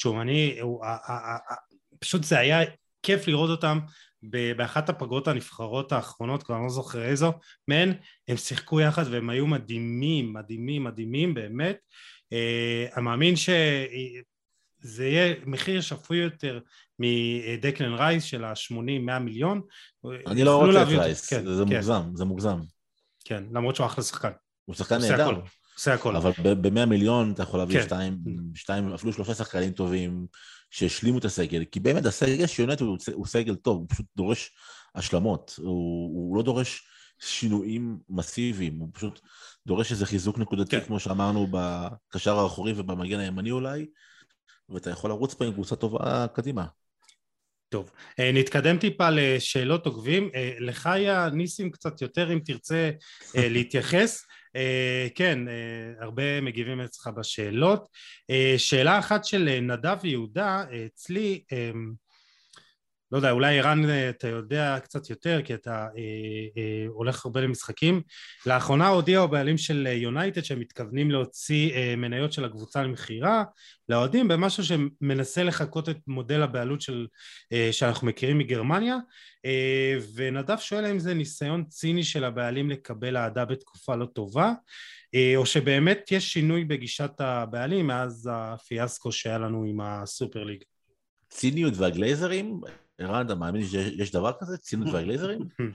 פשוט זה היה כיף לראות אותם באחת הפגרות הנבחרות האחרונות, כבר לא זוכר איזו, הם שיחקו יחד והם היו מדהימים, מדהימים, מדהימים באמת. אני מאמין שזה יהיה מחיר שפוי יותר מדקלן רייס של ה-80-100 מיליון. אני לא רוצה את רייס, זה מוגזם, זה מוגזם. כן, למרות שהוא אחלה שחקן. הוא שחקן נהדר. עושה הכל. אבל ב-100 מיליון אתה יכול להביא שתיים, אפילו 3 שחקנים טובים שהשלימו את הסגל, כי באמת הסגל שיונייטד הוא סגל טוב, הוא פשוט דורש השלמות, הוא לא דורש שינויים מסיביים, הוא פשוט דורש איזה חיזוק נקודתי, כמו שאמרנו בקשר האחורי ובמגן הימני אולי, ואתה יכול לרוץ פה עם קבוצה טובה קדימה. טוב, נתקדם טיפה לשאלות עוקבים, לך היה ניסים קצת יותר אם תרצה להתייחס, כן, הרבה מגיבים אצלך בשאלות. שאלה אחת של נדב ויהודה, אצלי, לא יודע, אולי ערן אתה יודע קצת יותר, כי אתה הולך הרבה למשחקים. לאחרונה הודיעו הבעלים של יונייטד שהם מתכוונים להוציא מניות של הקבוצה למכירה, לאוהדים במשהו שמנסה לחקות את מודל הבעלות שאנחנו מכירים מגרמניה, ונדב שואל אם זה ניסיון ציני של הבעלים לקבל אהדה בתקופה לא טובה, או שבאמת יש שינוי בגישת הבעלים מאז הפיאסקו שהיה לנו עם הסופר ליג. ציניות והגלייזרים? ערן, אתה מאמין שיש דבר כזה? ציניות והגלייזרים?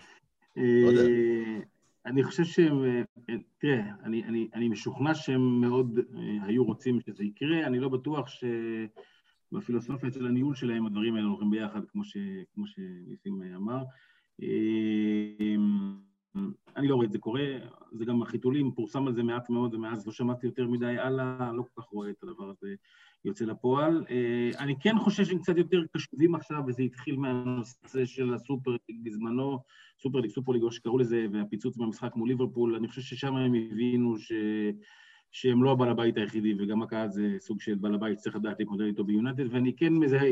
אני חושב שהם, תראה, אני משוכנע שהם מאוד היו רוצים שזה יקרה, אני לא בטוח שבפילוסופיה של הניהול שלהם הדברים האלה הולכים ביחד, כמו שניסים אמר. אני לא רואה את זה קורה, זה גם החיתולים, פורסם על זה מעט מאוד, ומאז לא שמעתי יותר מדי הלאה, לא כל כך רואה את הדבר הזה יוצא לפועל. אני כן חושב שהם קצת יותר קשובים עכשיו, וזה התחיל מהנושא של הסופר ליג בזמנו, סופר ליג, או שקראו לזה, והפיצוץ במשחק מול ליברפול, אני חושב ששם הם הבינו שהם לא הבעל הבית היחידי, וגם הקהל זה סוג של בעל הבית, צריך לדעת להתמודד איתו ביונייטד, ואני כן מזהה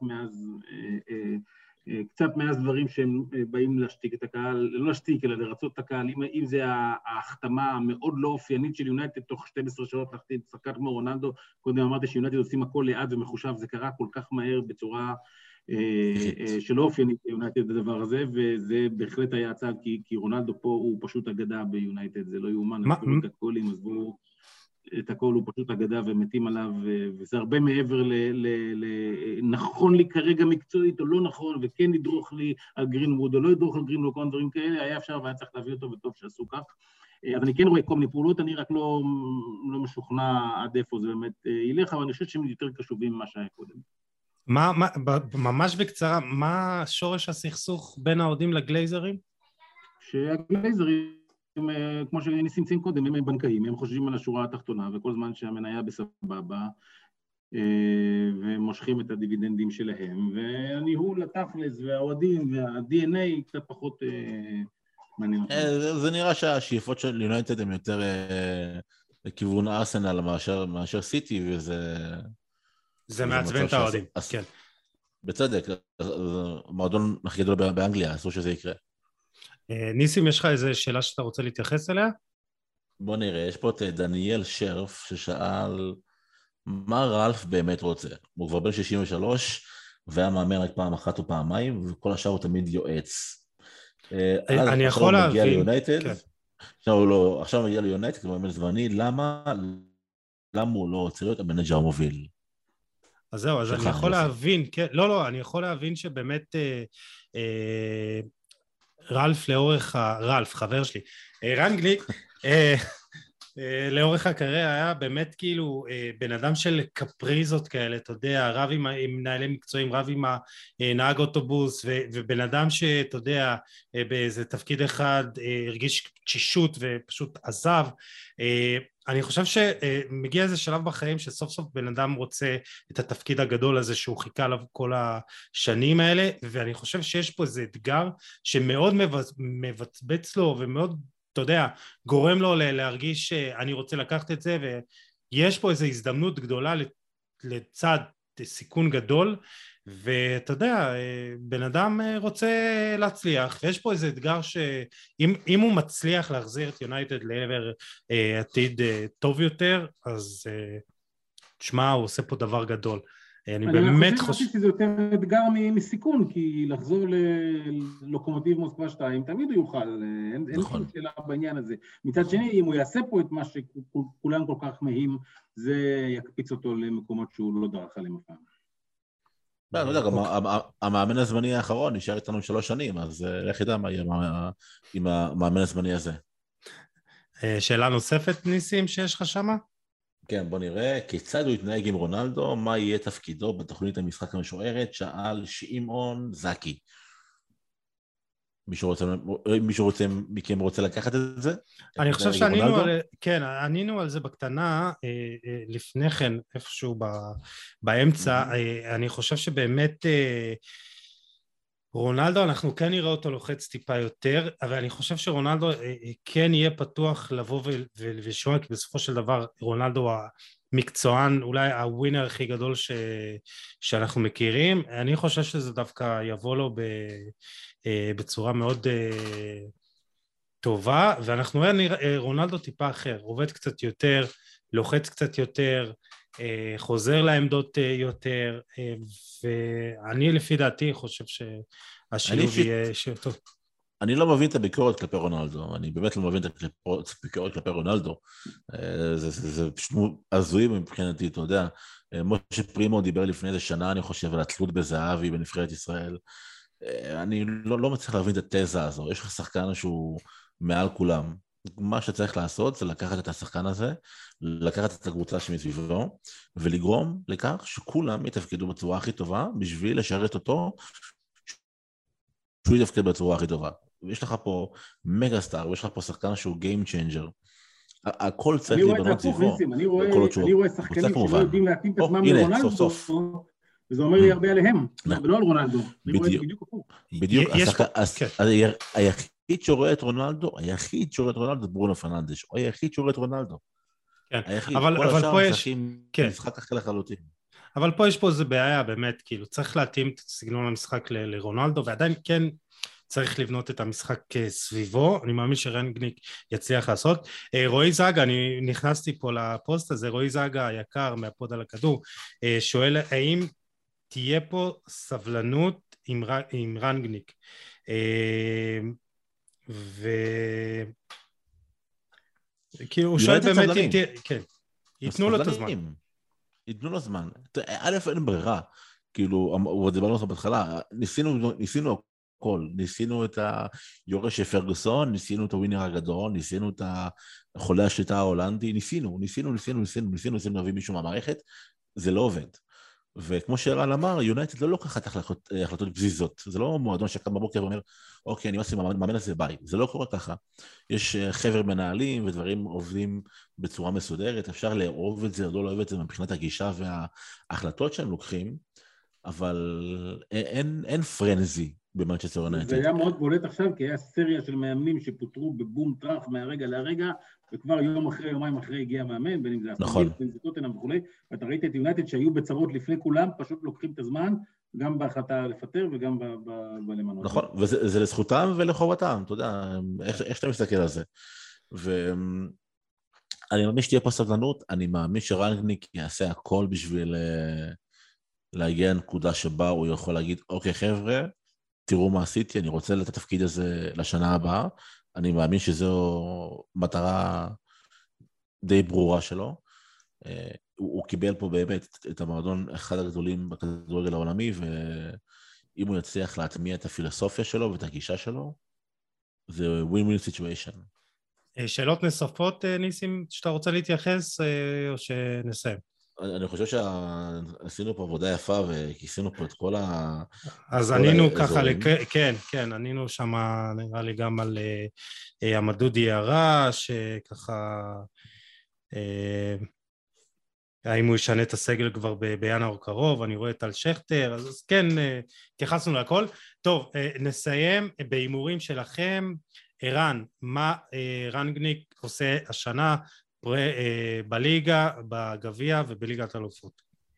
קצת מאז דברים שהם באים להשתיק את הקהל, לא להשתיק, אלא לרצות את הקהל, אם זה ההחתמה המאוד לא אופיינית של יונייטד, תוך 12 שעות להחתים שחקן כמו רונלדו, קודם אמרתי שיונייטד עושים הכל לאט ומחושב, זה קרה כל כך מהר בצורה שלא אופיינית ביונייטד הדבר הזה, וזה בהחלט היה הצעד, כי רונלדו פה הוא פשוט אגדה ביונייטד, זה לא יאומן, את הגולים, עזבו את הכל, הוא פשוט אגדה ומתים עליו, וזה הרבה מעבר נכון לי כרגע מקצועית או לא נכון, וכן ידרוך לי על גרינווד או לא ידרוך על גרינווד, כל דברים כאלה, היה אפשר והיה צריך להביא אותו, וטוב שעשו כך. אז אני כן רואה כל מיני פעולות, אני רק לא משוכנע עד איפה זה באמת ילך, אבל אני חושב שהם יותר קשובים ממה שהיה קודם. ממש בקצרה, מה שורש הסכסוך בין האוהדים לגלייזרים? שהגלייזרים, כמו שניסים ציין קודם, הם בנקאים, הם חושבים על השורה התחתונה, וכל זמן שהמניה בסבבה, ומושכים את הדיבידנדים שלהם, והניהול התכלס והאוהדים וה-DNA קצת פחות מעניין אותם. זה נראה שהשאיפות של יונייטד הם יותר לכיוון ארסנל מאשר סיטי, וזה... זה מעצבן את האוהדים, כן. בצדק, המועדון הכי גדול באנגליה, אסור שזה יקרה. ניסים, יש לך איזו שאלה שאתה רוצה להתייחס אליה? בוא נראה, יש פה את דניאל שרף ששאל מה רלף באמת רוצה. הוא כבר בן 63, והיה מאמן רק פעם אחת או פעמיים, וכל השאר הוא תמיד יועץ. אני יכול להבין... עכשיו הוא מגיע ליונייטד, הוא מאמן זמני, למה הוא לא רוצה להיות המנג'ר המוביל? אז זהו, אז אני יכול להבין, כן, לא, אני יכול להבין שבאמת רלף לאורך, רלף, חבר שלי, רנגליק, לאורך הקריירה היה באמת כאילו בן אדם של קפריזות כאלה, אתה יודע, רב עם מנהלי מקצועים, רב עם נהג אוטובוס, ובן אדם שאתה יודע, באיזה תפקיד אחד הרגיש תשישות ופשוט עזב. אני חושב שמגיע איזה שלב בחיים שסוף סוף בן אדם רוצה את התפקיד הגדול הזה שהוא חיכה עליו כל השנים האלה, ואני חושב שיש פה איזה אתגר שמאוד מבצבץ לו ומאוד, אתה יודע, גורם לו להרגיש שאני רוצה לקחת את זה, ויש פה איזו הזדמנות גדולה לצד סיכון גדול, ואתה יודע, בן אדם רוצה להצליח, ויש פה איזה אתגר שאם הוא מצליח להחזיר את יונייטד לעבר עתיד טוב יותר, אז תשמע, הוא עושה פה דבר גדול. אני באמת חושב שזה יותר אתגר מסיכון, כי לחזור ללוקומוטיב מוסקבה 2, תמיד הוא יוכל, אין שום שאלה בעניין הזה. מצד שני, אם הוא יעשה פה את מה שכולם כל כך מהם, זה יקפיץ אותו למקומות שהוא לא דרך עליהם הפעם. לא יודע, גם המאמן הזמני האחרון נשאר איתנו 3 שנים, אז איך ידע מה יהיה עם המאמן הזמני הזה? שאלה נוספת, ניסים, שיש לך שמה? כן, בוא נראה, כיצד הוא יתנהג עם רונלדו, מה יהיה תפקידו בתוכנית המשחק המשוערת, שאל שמעון זקי. מישהו מכם רוצה לקחת את זה? אני חושב שענינו על זה בקטנה, לפני כן, איפשהו באמצע, אני חושב שבאמת רונלדו, אנחנו כן נראה אותו לוחץ טיפה יותר, אבל אני חושב שרונלדו כן יהיה פתוח לבוא ולשמוע, כי בסופו של דבר רונלדו המקצוען, אולי הווינר הכי גדול שאנחנו מכירים, אני חושב שזה דווקא יבוא לו בצורה מאוד טובה, ואנחנו נראה רונלדו טיפה אחר, עובד קצת יותר, לוחץ קצת יותר, חוזר לעמדות יותר, ואני לפי דעתי חושב שהשילוב יהיה טוב. אני לא מבין את הביקורת כלפי רונלדו, אני באמת לא מבין את הביקורת כלפי רונלדו, זה פשוט הזוי מבחינתי, אתה יודע, משה פרימו דיבר לפני איזה שנה, אני חושב, על התלות בזהבי בנבחרת ישראל, אני לא מצליח להבין את התזה הזו, יש לך שחקן שהוא מעל כולם, מה שצריך לעשות זה לקחת את השחקן הזה, לקחת את הקבוצה שמסביבו, ולגרום לכך שכולם יתפקדו בצורה הכי טובה, בשביל לשרת אותו, שהוא יתפקד בצורה הכי טובה. ויש לך פה מגה סטאר, ויש לך פה שחקן שהוא גיים צ'יינג'ר. הכל צריך להיבנות סביבו. אני רואה שחקנים שלא יודעים להתאים את עצמם לרונלדו, וזה אומר לי הרבה עליהם, ולא על רונלדו. אני רואה בדיוק הפוך. בדיוק, היחיד שרואה את רונלדו, ברונו פרננדש, או היחיד שרואה את רונלדו. כן. היחיד, אבל כל השאר פה יש... משחקים כן. משחק אחר לחלוטין. אבל פה יש פה איזה בעיה באמת, כאילו צריך להתאים את סגנון המשחק לרונלדו, ועדיין כן צריך לבנות את המשחק סביבו, אני מאמין שרנגניק יצליח לעשות. רועי זאגה, אני נכנסתי פה לפוסט הזה, רועי זאגה היקר מהפוד על הכדור, שואל האם תהיה פה סבלנות עם רנגניק, וכאילו הוא שואל באמת אם תהיה, כן, ייתנו לו את הזמן. ייתנו לו זמן. א', אין ברירה, כאילו, דיברנו על בהתחלה, ניסינו הכל, ניסינו את היורש פרגוסון, ניסינו את הווינר הגדול, ניסינו את חולי השליטה ההולנדי, ניסינו להביא מישהו מהמערכת, זה לא עובד. וכמו שערן אמר, יונייטד לא לוקחת החלטות פזיזות, זה לא מועדון שקם בבוקר ואומר, אוקיי, אני עושה מאמן הזה ביי, זה לא קורה ככה. יש חבר מנהלים ודברים עובדים בצורה מסודרת, אפשר לאהוב את זה או לא לאהוב את זה מבחינת הגישה וההחלטות שהם לוקחים, אבל אין פרנזי במנצ'סטר יונייטד. זה היה מאוד בולט עכשיו, כי היה סריה של מאמנים שפוטרו בבום טראח מהרגע להרגע, וכבר יום אחרי, יומיים אחרי הגיע מאמן, בין אם זה נכון. בין אם זה טוטנהאם וכולי, ואתה ראית את יונייטד שהיו בצרות לפני כולם, פשוט לוקחים את הזמן, גם בהחלטה לפטר וגם בלמנות. נכון, וזה לזכותם ולחובתם, אתה יודע, איך שאתה מסתכל על זה. ואני מאמין שתהיה פה סבלנות, אני מאמין שרנגניק יעשה הכל בשביל להגיע לנקודה שבה הוא יכול להגיד, אוקיי חבר'ה, תראו מה עשיתי, אני רוצה לתת התפקיד הזה לשנה הבאה, אני מאמין שזו מטרה די ברורה שלו, הוא קיבל פה באמת את המועדון אחד הגדולים בכדורגל העולמי, ואם הוא יצליח להטמיע את הפילוסופיה שלו ואת הגישה שלו, זה win-win situation. שאלות נוספות, ניסים, שאתה רוצה להתייחס, או שנסיים? אני חושב שעשינו פה עבודה יפה וכיסינו פה את כל אז ענינו ככה, כן, ענינו שם נראה לי גם על עמדו דיארה, שככה, האם הוא ישנה את הסגל כבר בינואר קרוב, אני רואה את על שכטר, אז כן, התייחסנו לכל. טוב, נסיים בהימורים שלכם. ערן, מה רנגניק עושה השנה בליגה, בגביע ובליגת אלופות?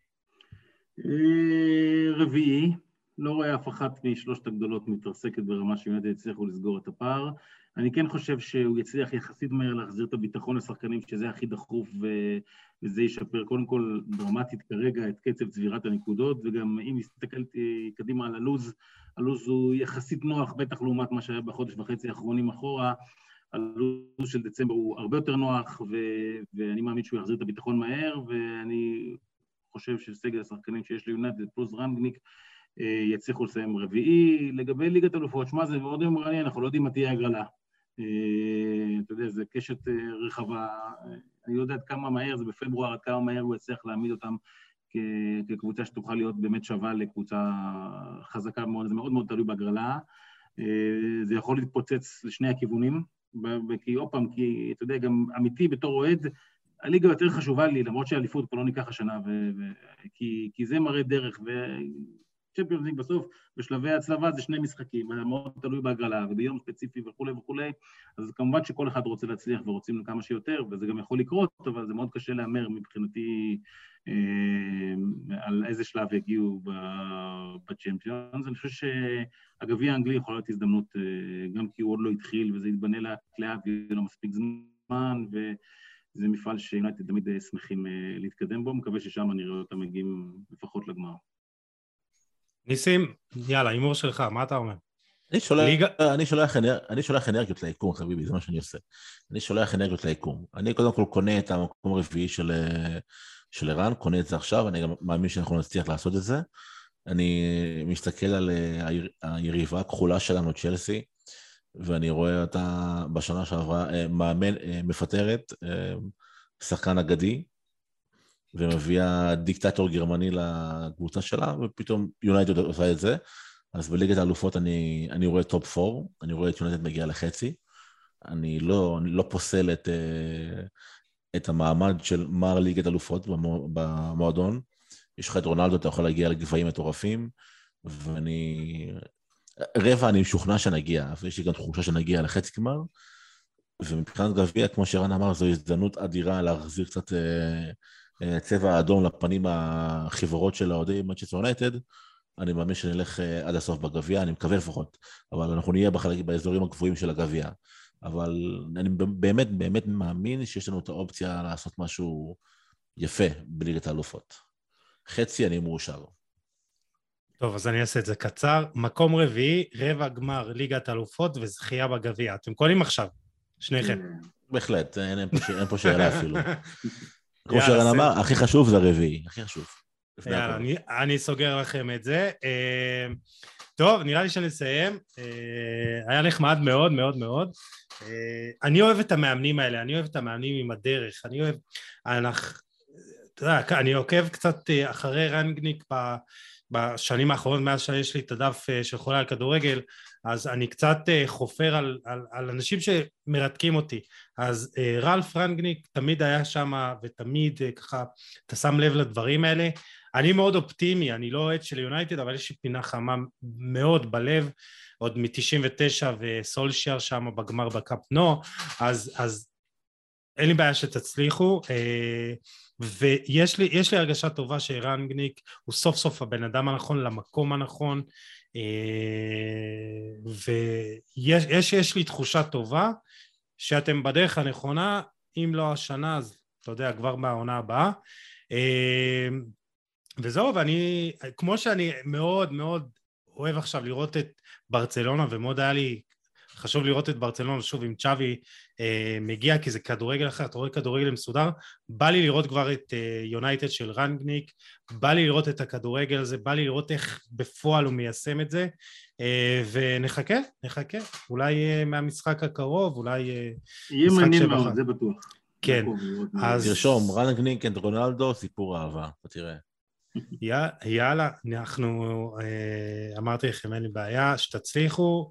רביעי, לא רואה אף אחת משלושת הגדולות מתרסקת ברמה שיונייטד יצליחו לסגור את הפער. אני כן חושב שהוא יצליח יחסית מהר להחזיר את הביטחון לשחקנים, שזה הכי דחוף, וזה ישפר קודם כל דרמטית כרגע את קצב צבירת הנקודות, וגם אם הסתכלתי קדימה על הלוז הוא יחסית נוח, בטח לעומת מה שהיה בחודש וחצי האחרונים אחורה, הלוז של דצמבר הוא הרבה יותר נוח, ואני מאמין שהוא יחזיר את הביטחון מהר, ואני חושב שסגל השחקנים שיש ליונייטד פלוס רנגניק, יצליחו לסיים רביעי. לגבי ליגת אלופות, שמה זה מאוד מעניין, אנחנו לא יודעים מה תהיה הגרלה. אתה יודע, זה קשת רחבה, אני לא יודע עד כמה מהר, זה בפברואר, עד כמה מהר הוא יצליח להעמיד אותם כקבוצה שתוכל להיות באמת שווה לקבוצה חזקה מאוד, זה מאוד מאוד תלוי בהגרלה. זה יכול להתפוצץ לשני הכיוונים, כי עוד פעם, כי אתה יודע, גם אמיתי בתור אוהד, הליגה יותר חשובה לי, למרות שהאליפות פה לא ניקח השנה, כי זה מראה דרך, צ'מפיונס ליג בסוף, בשלבי הצלבה זה שני משחקים, מאוד תלוי בהגרלה, וביום ספציפי וכו' וכו', אז כמובן שכל אחד רוצה להצליח ורוצים כמה שיותר, וזה גם יכול לקרות, אבל זה מאוד קשה לאמר מבחינתי על איזה שלב יגיעו בצ'מפיונס. אני חושב שהגביע האנגלי יכול להיות הזדמנות, גם כי הוא עוד לא התחיל, וזה יתבנה לאט, ויהיה לו מספיק זמן, וזה מפעל שיונייטד תמיד שמחים להתקדם בו, מקווה ששם נראה אותם מגיעים לפחות לגמר. ניסים, יאללה, הימור שלך, מה אתה אומר? אני שולח אנרגיות ליקום, חביבי, זה מה שאני עושה. אני שולח אנרגיות ליקום. אני קודם כל קונה את המקום הרביעי של ערן, קונה את זה עכשיו, אני גם מאמין שאנחנו נצליח לעשות את זה. אני מסתכל על היריבה הכחולה שלנו, צ'לסי, ואני רואה אותה בשנה שעברה, מפטרת, שחקן אגדי, ומביאה דיקטטור גרמני לקבוצה שלה, ופתאום יונייטד עושה את זה. אז בליגת האלופות אני רואה טופ 4, אני רואה את יונייטד מגיע לחצי, אני לא פוסל את המעמד של מר ליגת האלופות במועדון, יש לך את רונלדו, אתה יכול להגיע לגבהים מטורפים, רבע אני משוכנע שנגיע, ויש לי גם תחושה שנגיע לחצי גמר, ומבחינת גביע, כמו שרן אמר, זו הזדמנות אדירה להחזיר קצת צבע אדום לפנים החיוורות של האוהדי מנצ'סטר יונייטד. אני מאמין שנלך עד הסוף בגביע, אני מקווה לפחות, אבל אנחנו נהיה באזורים הגבוהים של הגביע. אבל אני באמת באמת מאמין שיש לנו את האופציה לעשות משהו יפה בליגת האלופות. חצי אני מאושר. טוב, אז אני אעשה את זה קצר. מקום רביעי, רבע גמר ליגת האלופות וזכייה בגביע. אתם קוראים עכשיו, שניכם. בהחלט, אין פה שאלה אפילו. כמו שרן אמר, הכי חשוב זה הרביעי, הכי חשוב. יאללה, אני סוגר לכם את זה. טוב, נראה לי שנסיים. היה נחמד מאוד מאוד מאוד. אני אוהב את המאמנים האלה, אני אוהב את המאמנים עם הדרך, אני אוהב... אני עוקב קצת אחרי רנגניק בשנים האחרונות, מאז שיש לי את הדף של חולה על כדורגל, אז אני קצת חופר על אנשים שמרתקים אותי. אז רלף רנגניק תמיד היה שם, ותמיד ככה, אתה שם לב לדברים האלה. אני מאוד אופטימי, אני לא אוהד של יונייטד, אבל יש לי פינה חמה מאוד בלב, עוד מ-99 וסולשייר שם בגמר בקאפ נו, אז אין לי בעיה שתצליחו, ויש לי הרגשה טובה שרנגניק הוא סוף סוף הבן אדם הנכון למקום הנכון, ויש לי תחושה טובה שאתם בדרך הנכונה, אם לא השנה אז אתה יודע כבר מהעונה הבאה, וזהו. ואני כמו שאני מאוד מאוד אוהב עכשיו לראות את ברצלונה, ומאוד היה לי חשוב לראות את ברצלונה שוב עם צ'אבי מגיע, כי זה כדורגל אחר, אתה רואה כדורגל מסודר, בא לי לראות כבר את יונייטד של רנגניק, בא לי לראות את הכדורגל הזה, בא לי לראות איך בפועל הוא מיישם את זה, ונחכה, אולי מהמשחק הקרוב, אולי יהיה מעניין מאוד, זה בטוח. כן, אז תרשום, רנגניק את רונלדו, סיפור אהבה, אתה תראה. יאללה, אנחנו אמרתי לכם, אין לי בעיה, שתצליחו.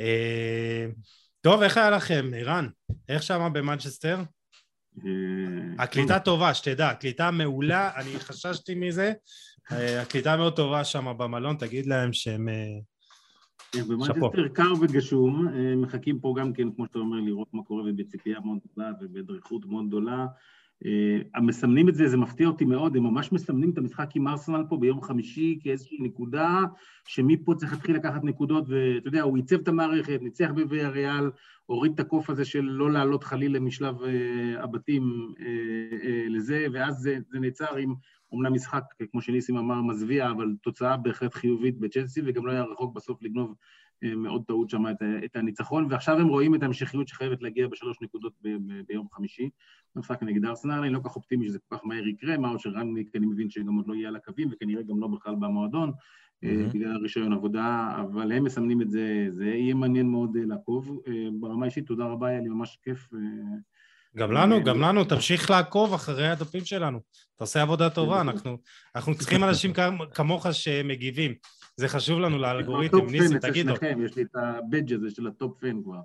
טוב, איך היה לכם, ערן? איך שמה במנצ'סטר? הקליטה טובה, שתדע, הקליטה מעולה, אני חששתי מזה, הקליטה מאוד טובה שם במלון, תגיד להם שהם שפו. במנצ'סטר קר וגשום, מחכים פה גם כן, כמו שאתה אומר, לראות מה קורה ובציפייה מאוד גדולה ובדריכות מאוד גדולה. המסמנים את זה, זה מפתיע אותי מאוד, הם ממש מסמנים את המשחק עם ארסנל פה ביום חמישי כאיזושהי נקודה, שמפה צריך להתחיל לקחת נקודות, ואתה יודע, הוא ייצב את המערכת, ניצח בוויאריאל, הוריד את הקוף הזה של לא לעלות חלילה משלב הבתים לזה, ואז זה נעצר עם אומנם משחק, כמו שניסים אמר, מזוויע, אבל תוצאה בהחלט חיובית בצ'לסי, וגם לא היה רחוק בסוף לגנוב מאוד טעות שם את הניצחון, ועכשיו הם רואים את ההמשכיות שחייבת להגיע בשלוש נקודות ביום חמישי, במשחק נגד ארסנל, אני לא כך אופטימי שזה כל כך מהר יקרה, מה עוד שרנגניק אני מבין שגם עוד לא יהיה על הקווים, וכנראה גם לא בכלל במועדון, בגלל הרישיון עבודה, אבל הם מסמנים את זה, זה יהיה מעניין מאוד לעקוב, ברמה אישית תודה רבה, היה לי ממש כיף. גם לנו, תמשיך לעקוב אחרי הדפים שלנו, תעשה עבודה טובה, אנחנו צריכים אנשים כמוך שמגיבים, זה חשוב לנו לאלגוריתם, ניסים, תגידו. יש לי את הבדג' הזה של הטופ פן כבר.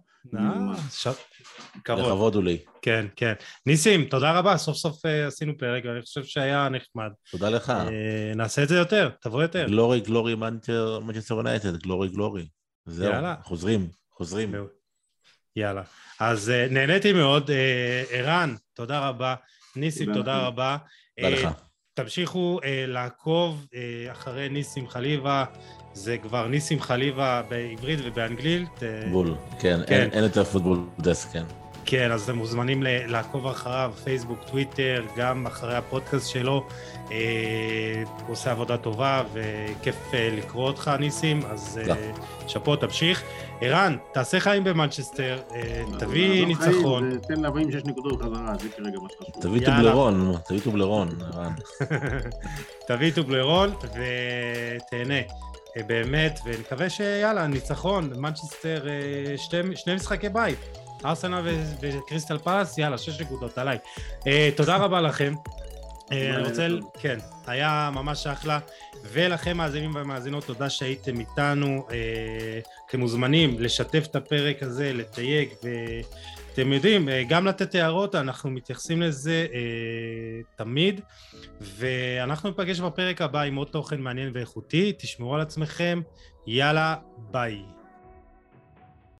לכבוד הוא לי. כן, כן. ניסים, תודה רבה, סוף סוף עשינו פרק, ואני חושב שהיה נחמד. תודה לך. נעשה את זה יותר, תבוא יותר. גלורי מנצ'סטר יונייטד, גלורי. זהו, חוזרים. יאללה. אז נהניתי מאוד, ערן, תודה רבה, ניסים, תודה רבה. תודה לך. תמשיכו לעקוב אחרי ניסים חליבה, זה כבר ניסים חליבה בעברית ובאנגלית. בול, כן, אין יותר פוטבול דסק, כן. כן, אז אתם מוזמנים לעקוב אחריו, פייסבוק, טוויטר, גם אחרי הפודקאסט שלו, הוא עושה עבודה טובה וכיף לקרוא אותך ניסים, אז שפו, תמשיך. ערן, תעשה חיים במנצ'סטר, תביא ניצחון. תן לה 46 נקודות חזרה, זה כרגע מה שחשוב. תביא טובלרון, ערן. תביא טובלרון ותהנה. באמת, ונקווה שיאללה, ניצחון, מנצ'סטר, שני משחקי בית. ארסנל וקריסטל פלאס, יאללה, 6 נקודות עליי. תודה רבה לכם. אני רוצה, כן, היה ממש אחלה. ולכם מאזינים ומאזינות, תודה שהייתם איתנו. אתם מוזמנים לשתף את הפרק הזה, לתייג, ואתם יודעים, גם לתת הערות, אנחנו מתייחסים לזה תמיד, ואנחנו ניפגש בפרק הבא עם עוד תוכן מעניין ואיכותי. תשמרו על עצמכם, יאללה, ביי.